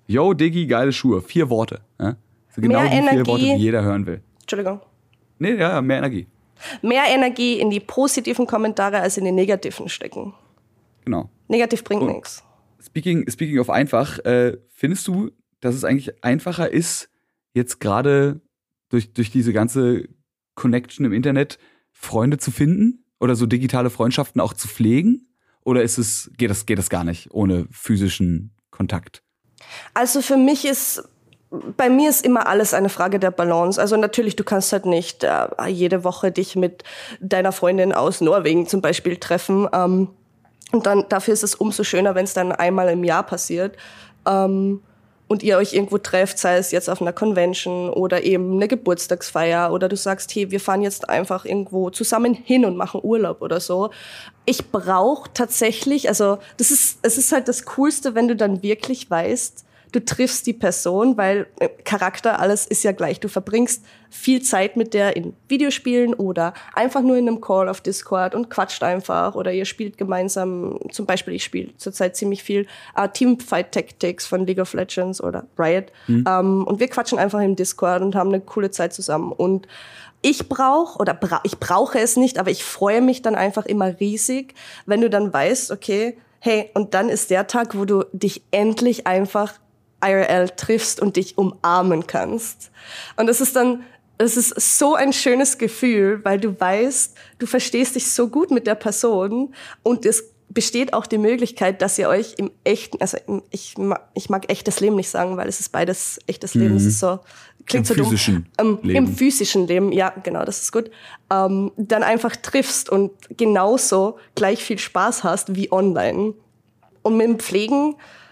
Yo, Diggi, geile Schuhe. Vier Worte. Ja? So genau Mehr die Energie. vier Worte, die jeder hören will. Entschuldigung. Nee, ja, mehr Energie. Mehr Energie in die positiven Kommentare als in die negativen stecken. Genau. Negativ bringt Und nichts. Speaking, speaking of einfach, äh, findest du, dass es eigentlich einfacher ist, jetzt gerade durch, durch diese ganze Connection im Internet Freunde zu finden oder so digitale Freundschaften auch zu pflegen? Oder ist es, geht das, geht das gar nicht ohne physischen Kontakt? Also für mich ist, bei mir ist immer alles eine Frage der Balance. Also natürlich, du kannst halt nicht äh, jede Woche dich mit deiner Freundin aus Norwegen zum Beispiel treffen. Ähm, und dann dafür ist es umso schöner, wenn es dann einmal im Jahr passiert. Ähm, und ihr euch irgendwo trefft, sei es jetzt auf einer Convention oder eben eine Geburtstagsfeier oder du sagst, hey, wir fahren jetzt einfach irgendwo zusammen hin und machen Urlaub oder so. Ich brauche tatsächlich, also das ist, es ist halt das Coolste, wenn du dann wirklich weißt, du triffst die Person, weil Charakter, alles ist ja gleich. Du verbringst viel Zeit mit der in Videospielen oder einfach nur in einem Call auf Discord und quatscht einfach. Oder ihr spielt gemeinsam, zum Beispiel ich spiele zurzeit ziemlich viel uh, Teamfight Tactics von League of Legends oder Riot. Mhm. Um, und wir quatschen einfach im Discord und haben eine coole Zeit zusammen. Und ich brauche, oder bra- ich brauche es nicht, aber ich freue mich dann einfach immer riesig, wenn du dann weißt, okay, hey, und dann ist der Tag, wo du dich endlich einfach I R L triffst und dich umarmen kannst. Und das ist dann, das ist so ein schönes Gefühl, weil du weißt, du verstehst dich so gut mit der Person und es besteht auch die Möglichkeit, dass ihr euch im echten, also im, ich, mag, ich mag echtes Leben nicht sagen, weil es ist beides echtes Leben, es ist so, klingt Im so physischen dumm. Ähm, Leben. Im physischen Leben, ja, genau, das ist gut. Ähm, dann einfach triffst und genauso gleich viel Spaß hast wie online. Und mit dem Pflegen,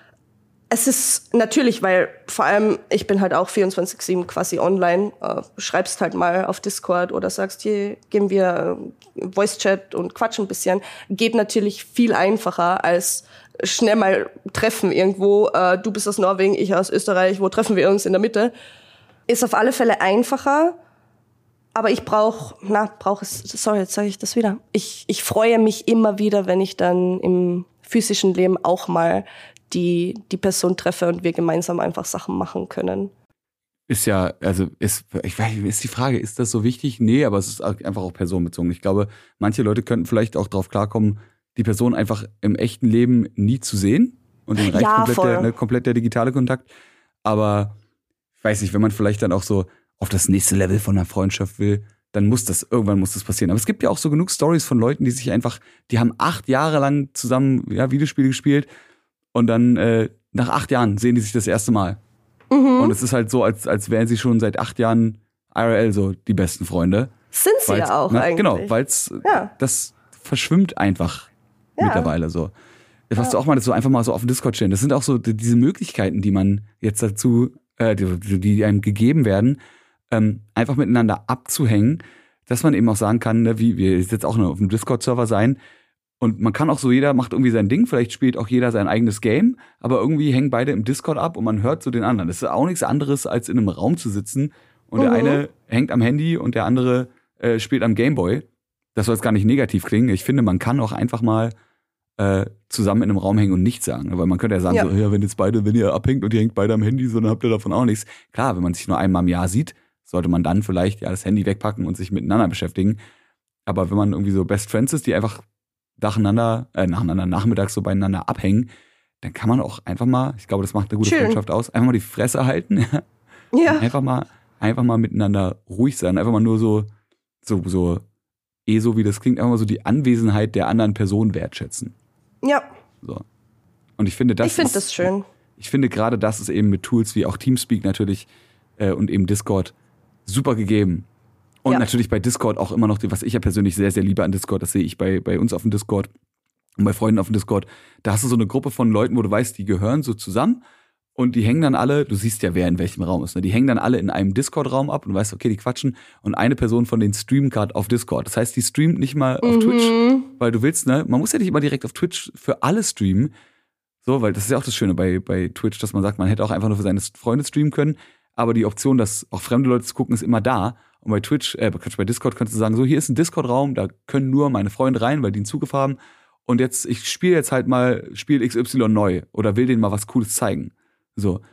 es ist natürlich, weil vor allem ich bin halt auch vierundzwanzig sieben quasi online, äh, schreibst halt mal auf Discord oder sagst, hier gehen wir äh, Voice-Chat und quatschen ein bisschen. Geht natürlich viel einfacher als schnell mal treffen irgendwo. Äh, du bist aus Norwegen, ich aus Österreich, wo treffen wir uns in der Mitte? Ist auf alle Fälle einfacher, aber ich brauche, na, brauche es, sorry, jetzt sage ich das wieder. Ich, ich freue mich immer wieder, wenn ich dann im physischen Leben auch mal die die Person treffe und wir gemeinsam einfach Sachen machen können. Ist ja, also ist, ich weiß nicht, ist die Frage, ist das so wichtig? Nee, aber es ist einfach auch personenbezogen. Ich glaube, manche Leute könnten vielleicht auch drauf klarkommen, die Person einfach im echten Leben nie zu sehen. Und dann reicht Ja, komplett, voll. der, ne, komplett der digitale Kontakt. Aber ich weiß nicht, wenn man vielleicht dann auch so auf das nächste Level von einer Freundschaft will, dann muss das, irgendwann muss das passieren. Aber es gibt ja auch so genug Stories von Leuten, die sich einfach, die haben acht Jahre lang zusammen ja, Videospiele gespielt und dann äh, nach acht Jahren sehen die sich das erste Mal. Mhm. Und es ist halt so, als, als wären sie schon seit acht Jahren I R L so die besten Freunde. Sind sie Weil's, ja auch ne, eigentlich. Genau, weil es, Ja. das verschwimmt einfach Ja. mittlerweile so. Was du auch mal so einfach mal so auf dem Discord stellen. Das sind auch so die, diese Möglichkeiten, die man jetzt dazu, äh, die, die einem gegeben werden, ähm, einfach miteinander abzuhängen, dass man eben auch sagen kann, ne, wie wir jetzt auch nur auf dem Discord-Server sein. Und man kann auch so, jeder macht irgendwie sein Ding, vielleicht spielt auch jeder sein eigenes Game, aber irgendwie hängen beide im Discord ab und man hört so den anderen. Das ist auch nichts anderes, als in einem Raum zu sitzen und mhm. der eine hängt am Handy und der andere äh, spielt am Gameboy. Das soll jetzt gar nicht negativ klingen. Ich finde, man kann auch einfach mal äh, zusammen in einem Raum hängen und nichts sagen. Weil man könnte ja sagen, Ja. so, ja, wenn jetzt beide, wenn ihr abhängt und ihr hängt beide am Handy, so, dann habt ihr davon auch nichts. Klar, wenn man sich nur einmal im Jahr sieht, sollte man dann vielleicht ja das Handy wegpacken und sich miteinander beschäftigen. Aber wenn man irgendwie so Best Friends ist, die einfach nacheinander, äh, nacheinander nachmittags so beieinander abhängen, dann kann man auch einfach mal, ich glaube, das macht eine gute Schön. Freundschaft aus, einfach mal die Fresse halten. Ja. Einfach mal, einfach mal miteinander ruhig sein. Einfach mal nur so, so, so, eh so wie das klingt, einfach mal so die Anwesenheit der anderen Person wertschätzen. Ja, So. Und ich finde, das ich finde ist, das schön. Ich finde gerade, das ist eben mit Tools wie auch Teamspeak natürlich äh, und eben Discord super gegeben. Und Ja. natürlich bei Discord auch immer noch, die, was ich ja persönlich sehr, sehr liebe an Discord, das sehe ich bei, bei uns auf dem Discord und bei Freunden auf dem Discord. Da hast du so eine Gruppe von Leuten, wo du weißt, die gehören so zusammen und die hängen dann alle, du siehst ja, wer in welchem Raum ist, ne? Die hängen dann alle in einem Discord-Raum ab und du weißt, okay, die quatschen und eine Person von denen streamt gerade auf Discord. Das heißt, die streamt nicht mal auf Mhm. Twitch, weil du willst, ne? Man muss ja nicht immer direkt auf Twitch für alle streamen. So, weil das ist ja auch das Schöne bei, bei Twitch, dass man sagt, man hätte auch einfach nur für seine Freunde streamen können, aber die Option, dass auch fremde Leute zu gucken, ist immer da. Und bei Twitch, äh, bei Discord kannst du sagen, so, hier ist ein Discord-Raum, da können nur meine Freunde rein, weil die einen Zugriff haben. Und jetzt, ich spiele jetzt halt mal Spiel X Y neu oder will denen mal was Cooles zeigen. So.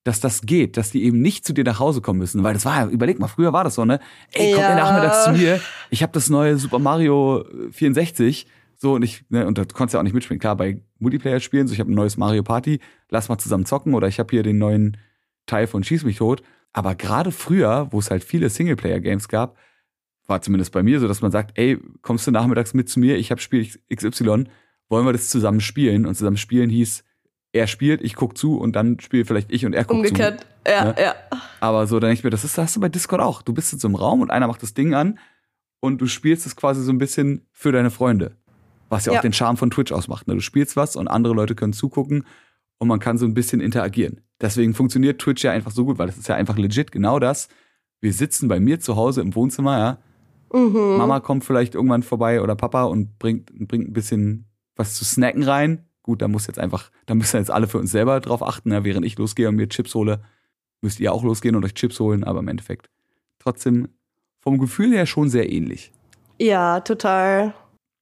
dass das geht, dass die eben nicht zu dir nach Hause kommen müssen, weil das war ja, überleg mal, früher war das so, ne? Ey, kommt ja. ihr nachmittags zu mir, ich habe das neue Super Mario vierundsechzig, so, und ich, ne, und da konntest du ja auch nicht mitspielen, klar, bei Multiplayer-Spielen, so, ich habe ein neues Mario Party, lass mal zusammen zocken, oder ich habe hier den neuen Teil von Schieß mich tot, aber gerade früher, wo es halt viele Singleplayer-Games gab, war zumindest bei mir so, dass man sagt, ey, kommst du nachmittags mit zu mir, ich habe Spiel X Y, wollen wir das zusammen spielen? Und zusammen spielen hieß, er spielt, ich guck zu und dann spiele vielleicht ich und er guckt Umgekehrt. zu. Umgekehrt, ja, ne? ja. Aber so, dann denke ich mir, das ist, das hast du bei Discord auch. Du bist in so einem Raum und einer macht das Ding an und du spielst es quasi so ein bisschen für deine Freunde. Was ja, ja. auch den Charme von Twitch ausmacht. Ne? Du spielst was und andere Leute können zugucken und man kann so ein bisschen interagieren. Deswegen funktioniert Twitch ja einfach so gut, weil das ist ja einfach legit genau das. Wir sitzen bei mir zu Hause im Wohnzimmer, ja. Mhm. Mama kommt vielleicht irgendwann vorbei oder Papa und bringt, bringt ein bisschen was zu snacken rein. Gut, da muss jetzt einfach, da müssen jetzt alle für uns selber drauf achten, ja, während ich losgehe und mir Chips hole, müsst ihr auch losgehen und euch Chips holen, aber im Endeffekt trotzdem vom Gefühl her schon sehr ähnlich. Ja, total.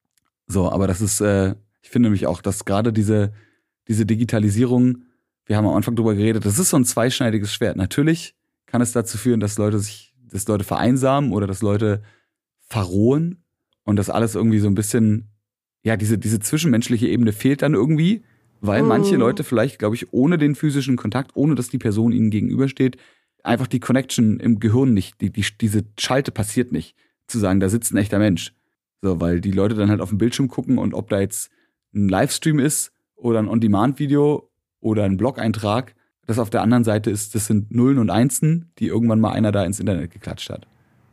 So, aber das ist, äh, ich finde nämlich auch, dass gerade diese, diese Digitalisierung, wir haben am Anfang drüber geredet, das ist so ein zweischneidiges Schwert. Natürlich kann es dazu führen, dass Leute sich, dass Leute vereinsamen oder dass Leute verrohen und das alles irgendwie so ein bisschen, ja, diese, diese zwischenmenschliche Ebene fehlt dann irgendwie, weil mm. manche Leute vielleicht, glaube ich, ohne den physischen Kontakt, ohne dass die Person ihnen gegenübersteht, einfach die Connection im Gehirn nicht, die, die, diese Schalte passiert nicht, zu sagen, da sitzt ein echter Mensch. So, weil die Leute dann halt auf den Bildschirm gucken und ob da jetzt ein Livestream ist oder ein On-Demand-Video oder ein Blog-Eintrag, das auf der anderen Seite ist, das sind Nullen und Einsen, die irgendwann mal einer da ins Internet geklatscht hat.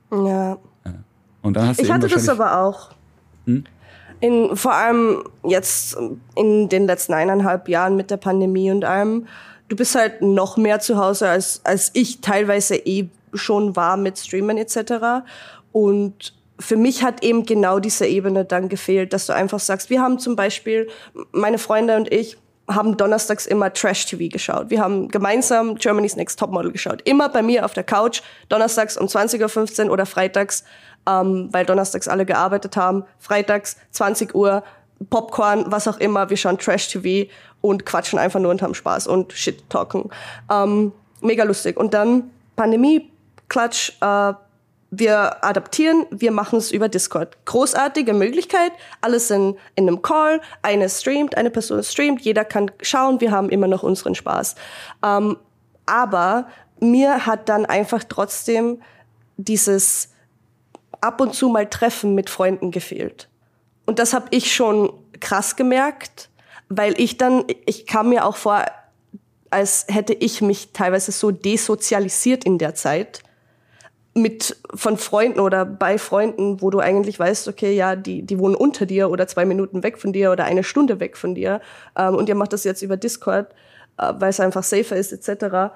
Ja. ja. Und dann hast du ich hatte das aber auch. Hm? In, vor allem jetzt in den letzten eineinhalb Jahren mit der Pandemie und allem. Du bist halt noch mehr zu Hause, als, als ich teilweise eh schon war mit Streamen et cetera. Und für mich hat eben genau diese Ebene dann gefehlt, dass du einfach sagst, wir haben zum Beispiel, meine Freunde und ich haben donnerstags immer Trash-T V geschaut. Wir haben gemeinsam Germany's Next Topmodel geschaut. Immer bei mir auf der Couch, donnerstags um zwanzig Uhr fünfzehn oder freitags, ähm, weil donnerstags alle gearbeitet haben, freitags zwanzig Uhr, Popcorn, was auch immer, wir schauen Trash-T V und quatschen einfach nur und haben Spaß und Shit-Talken. Ähm, mega lustig. Und dann Pandemie, Klatsch, äh, wir adaptieren, wir machen es über Discord. Großartige Möglichkeit, alles in, in einem Call, eine streamt, eine Person streamt, jeder kann schauen, wir haben immer noch unseren Spaß. Ähm, aber mir hat dann einfach trotzdem dieses ab und zu mal Treffen mit Freunden gefehlt. Und das habe ich schon krass gemerkt, weil ich dann, ich kam mir auch vor, als hätte ich mich teilweise so desozialisiert in der Zeit, mit von Freunden oder bei Freunden, wo du eigentlich weißt, okay, ja, die die wohnen unter dir oder zwei Minuten weg von dir oder eine Stunde weg von dir, ähm, und ihr macht das jetzt über Discord, äh, weil es einfach safer ist et cetera.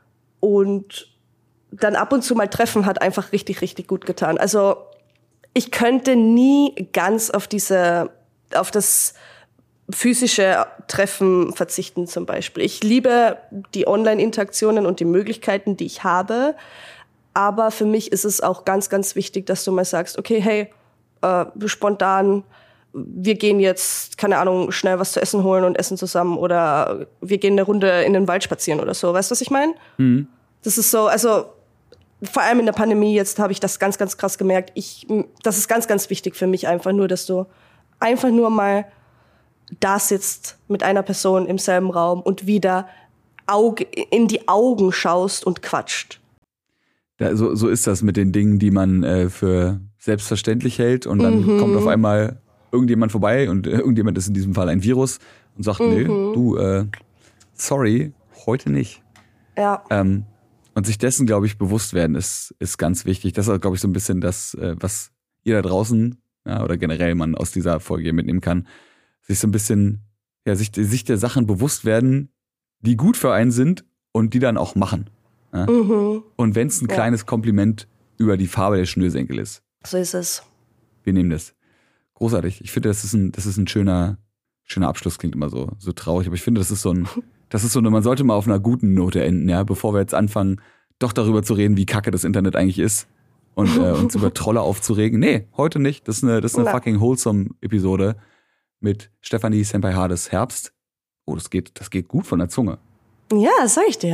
Und dann ab und zu mal treffen hat einfach richtig, richtig gut getan. Also ich könnte nie ganz auf diese, auf das physische Treffen verzichten zum Beispiel. Ich liebe die Online-Interaktionen und die Möglichkeiten, die ich habe. Aber für mich ist es auch ganz, ganz wichtig, dass du mal sagst, okay, hey, äh, spontan, wir gehen jetzt, keine Ahnung, schnell was zu essen holen und essen zusammen oder wir gehen eine Runde in den Wald spazieren oder so. Weißt du, was ich meine? Mhm. Das ist so, also vor allem in der Pandemie jetzt habe ich das ganz, ganz krass gemerkt. Ich, das ist ganz, ganz wichtig für mich einfach nur, dass du einfach nur mal da sitzt mit einer Person im selben Raum und wieder Auge, in die Augen schaust und quatscht. Ja, so, so ist das mit den Dingen, die man äh, für selbstverständlich hält und dann mhm. kommt auf einmal irgendjemand vorbei und äh, irgendjemand ist in diesem Fall ein Virus und sagt, mhm. nee, du, äh, sorry, heute nicht. Ja. Ähm, und sich dessen, glaube ich, bewusst werden, ist, ist ganz wichtig. Das ist, glaube ich, so ein bisschen das, äh, was ihr da draußen, ja, oder generell man aus dieser Folge mitnehmen kann, sich so ein bisschen, ja, sich, sich der Sachen bewusst werden, die gut für einen sind und die dann auch machen. Ja? Mhm. Und wenn es ein ja. kleines Kompliment über die Farbe der Schnürsenkel ist. So ist es. Wir nehmen das. Großartig. Ich finde, das ist ein, das ist ein schöner, schöner Abschluss, klingt immer so, so traurig, aber ich finde, das ist so ein, das ist so, man sollte mal auf einer guten Note enden, ja, bevor wir jetzt anfangen, doch darüber zu reden, wie kacke das Internet eigentlich ist und äh, uns über Trolle aufzuregen. Nee, heute nicht. Das ist eine, das ist eine fucking wholesome Episode mit Stefanie Senpai Hades Herbst. Oh, das geht, das geht gut von der Zunge. Ja, das sag ich dir.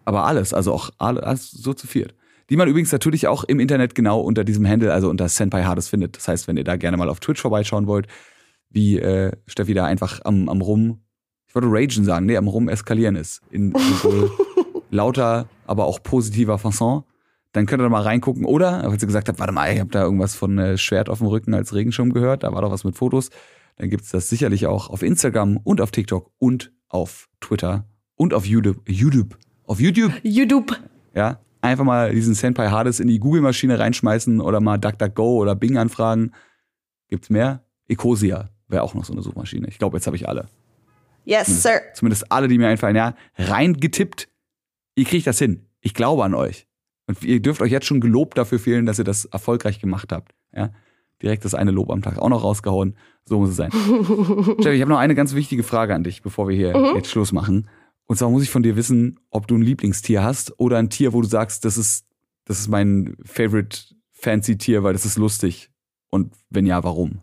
Aber alles, also auch alles so zu viert. Die man übrigens natürlich auch im Internet genau unter diesem Handle, also unter Senpai Hades findet. Das heißt, wenn ihr da gerne mal auf Twitch vorbeischauen wollt, wie äh, Steffi da einfach am, am Rum, ich wollte Ragen sagen, nee, am Rum eskalieren ist. In sowohl lauter, aber auch positiver Fasson. Dann könnt ihr da mal reingucken. Oder, als sie gesagt hat, warte mal, ich habe da irgendwas von äh, Schwert auf dem Rücken als Regenschirm gehört, da war doch was mit Fotos. Dann gibt's das sicherlich auch auf Instagram und auf TikTok und auf Twitter und auf YouTube. YouTube. Auf YouTube. YouTube. Ja, einfach mal diesen Senpai Hades in die Google-Maschine reinschmeißen oder mal DuckDuckGo oder Bing anfragen. Gibt's mehr? Ecosia wäre auch noch so eine Suchmaschine. Ich glaube, jetzt habe ich alle. Yes, zumindest, sir. Zumindest alle, die mir einfallen. Ja, reingetippt. Ihr kriegt das hin. Ich glaube an euch. Und ihr dürft euch jetzt schon gelobt dafür fühlen, dass ihr das erfolgreich gemacht habt. Ja, direkt das eine Lob am Tag auch noch rausgehauen. So muss es sein. Steffi, ich habe noch eine ganz wichtige Frage an dich, bevor wir hier mhm. jetzt Schluss machen. Und zwar muss ich von dir wissen, ob du ein Lieblingstier hast oder ein Tier, wo du sagst, das ist, das ist mein favorite fancy Tier, weil das ist lustig. Und wenn ja, warum?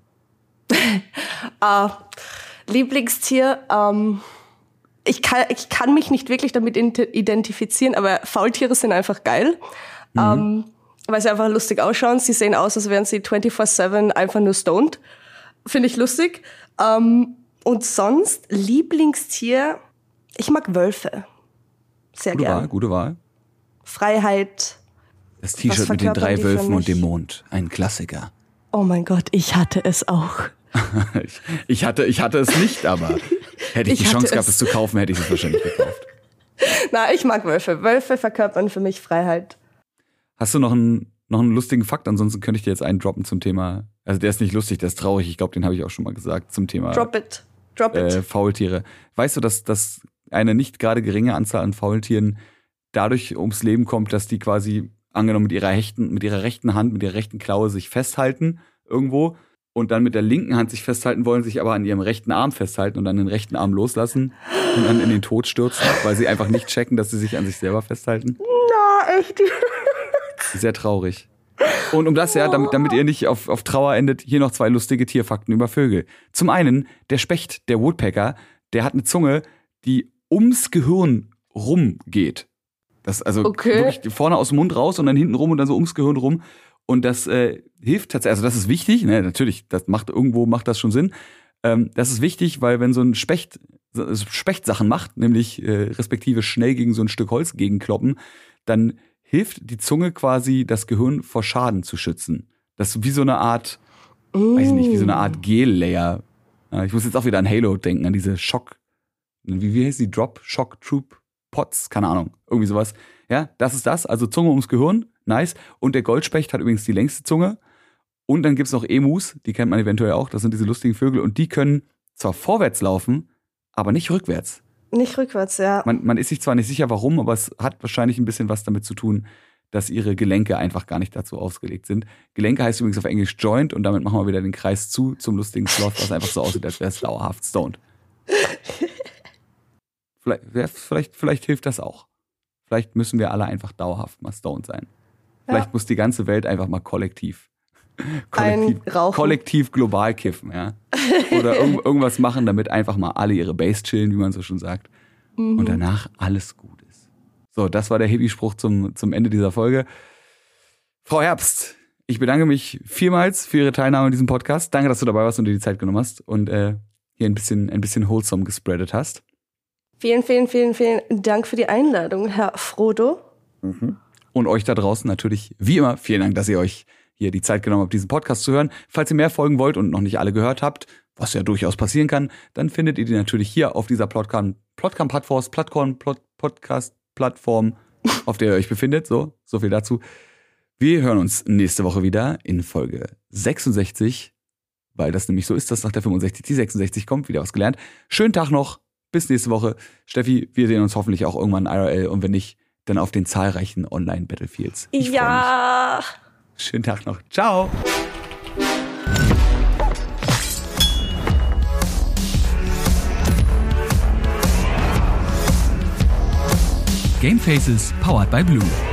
uh, Lieblingstier, ähm, ich, kann, ich kann mich nicht wirklich damit identifizieren, aber Faultiere sind einfach geil. Mhm. Ähm, weil sie einfach lustig ausschauen. Sie sehen aus, als wären sie vierundzwanzig sieben einfach nur stoned. Finde ich lustig. Ähm, und sonst, Lieblingstier, ich mag Wölfe. Sehr gute gerne. Wahl, gute Wahl. Freiheit. Das T-Shirt mit den drei Wölfen und dem Mond. Ein Klassiker. Oh mein Gott, ich hatte es auch. ich, ich, hatte, ich hatte es nicht, aber hätte ich, ich die Chance gehabt, es zu kaufen, hätte ich es wahrscheinlich gekauft. Na, ich mag Wölfe. Wölfe verkörpern für mich Freiheit. Hast du noch einen, noch einen lustigen Fakt? Ansonsten könnte ich dir jetzt einen droppen zum Thema. Also der ist nicht lustig, der ist traurig. Ich glaube, den habe ich auch schon mal gesagt zum Thema Drop it. Drop it. Äh, Faultiere. Weißt du, dass, dass eine nicht gerade geringe Anzahl an Faultieren dadurch ums Leben kommt, dass die quasi angenommen mit ihrer rechten, mit ihrer rechten Hand, mit ihrer rechten Klaue sich festhalten irgendwo und dann mit der linken Hand sich festhalten wollen, sich aber an ihrem rechten Arm festhalten und dann den rechten Arm loslassen und dann in den Tod stürzen, weil sie einfach nicht checken, dass sie sich an sich selber festhalten? Na, echt? Sehr traurig. Und um das ja, damit, damit ihr nicht auf, auf Trauer endet, hier noch zwei lustige Tierfakten über Vögel. Zum einen, der Specht, der Woodpecker, der hat eine Zunge, die ums Gehirn rumgeht. Das also okay. wirklich vorne aus dem Mund raus und dann hinten rum und dann so ums Gehirn rum. Und das äh, hilft tatsächlich, also das ist wichtig, ne, natürlich, das macht irgendwo macht das schon Sinn. Ähm, das ist wichtig, weil wenn so ein Specht so Specht Sachen macht, nämlich äh, respektive schnell gegen so ein Stück Holz gegenkloppen, dann hilft die Zunge quasi, das Gehirn vor Schaden zu schützen. Das ist wie so eine Art, mm. weiß ich nicht, wie so eine Art Gel-Layer. Ja, ich muss jetzt auch wieder an Halo denken, an diese Schock, wie, wie heißt die? Drop, Shock, Troop, Pots, keine Ahnung, irgendwie sowas. Ja, das ist das, also Zunge ums Gehirn, nice. Und der Goldspecht hat übrigens die längste Zunge. Und dann gibt's noch Emus, die kennt man eventuell auch, das sind diese lustigen Vögel. Und die können zwar vorwärts laufen, aber nicht rückwärts. Nicht rückwärts, ja. Man, man ist sich zwar nicht sicher, warum, aber es hat wahrscheinlich ein bisschen was damit zu tun, dass ihre Gelenke einfach gar nicht dazu ausgelegt sind. Gelenke heißt übrigens auf Englisch Joint und damit machen wir wieder den Kreis zu zum lustigen Sloth, was einfach so aussieht, als wäre es dauerhaft stoned. Vielleicht, vielleicht, vielleicht hilft das auch. Vielleicht müssen wir alle einfach dauerhaft mal stoned sein. Vielleicht ja. muss die ganze Welt einfach mal kollektiv kollektiv, kollektiv global kiffen, ja. Oder irg- irgendwas machen, damit einfach mal alle ihre Base chillen, wie man so schon sagt. Mhm. Und danach alles gut ist. So, das war der Heavy-Spruch zum, zum Ende dieser Folge. Frau Herbst, ich bedanke mich vielmals für Ihre Teilnahme in diesem Podcast. Danke, dass du dabei warst und dir die Zeit genommen hast und äh, hier ein bisschen, ein bisschen wholesome gespreadet hast. Vielen, vielen, vielen, vielen Dank für die Einladung, Herr Frodo. Mhm. Und euch da draußen natürlich, wie immer, vielen Dank, dass ihr euch hier die Zeit genommen habt, diesen Podcast zu hören. Falls ihr mehr folgen wollt und noch nicht alle gehört habt, was ja durchaus passieren kann, dann findet ihr die natürlich hier auf dieser Plotcam, Plotcam Plattform, Plattcom, Plot, Podcast Plattform, auf der ihr euch befindet. So, so viel dazu. Wir hören uns nächste Woche wieder in Folge sechsundsechzig, weil das nämlich so ist, dass nach der fünfundsechzig die sechsundsechzig kommt. Wieder was gelernt. Schönen Tag noch. Bis nächste Woche. Steffi, wir sehen uns hoffentlich auch irgendwann in I R L und wenn nicht, dann auf den zahlreichen Online-Battlefields. Ich ja. freue mich. Schönen Tag noch. Ciao. Game Faces powered by Blue.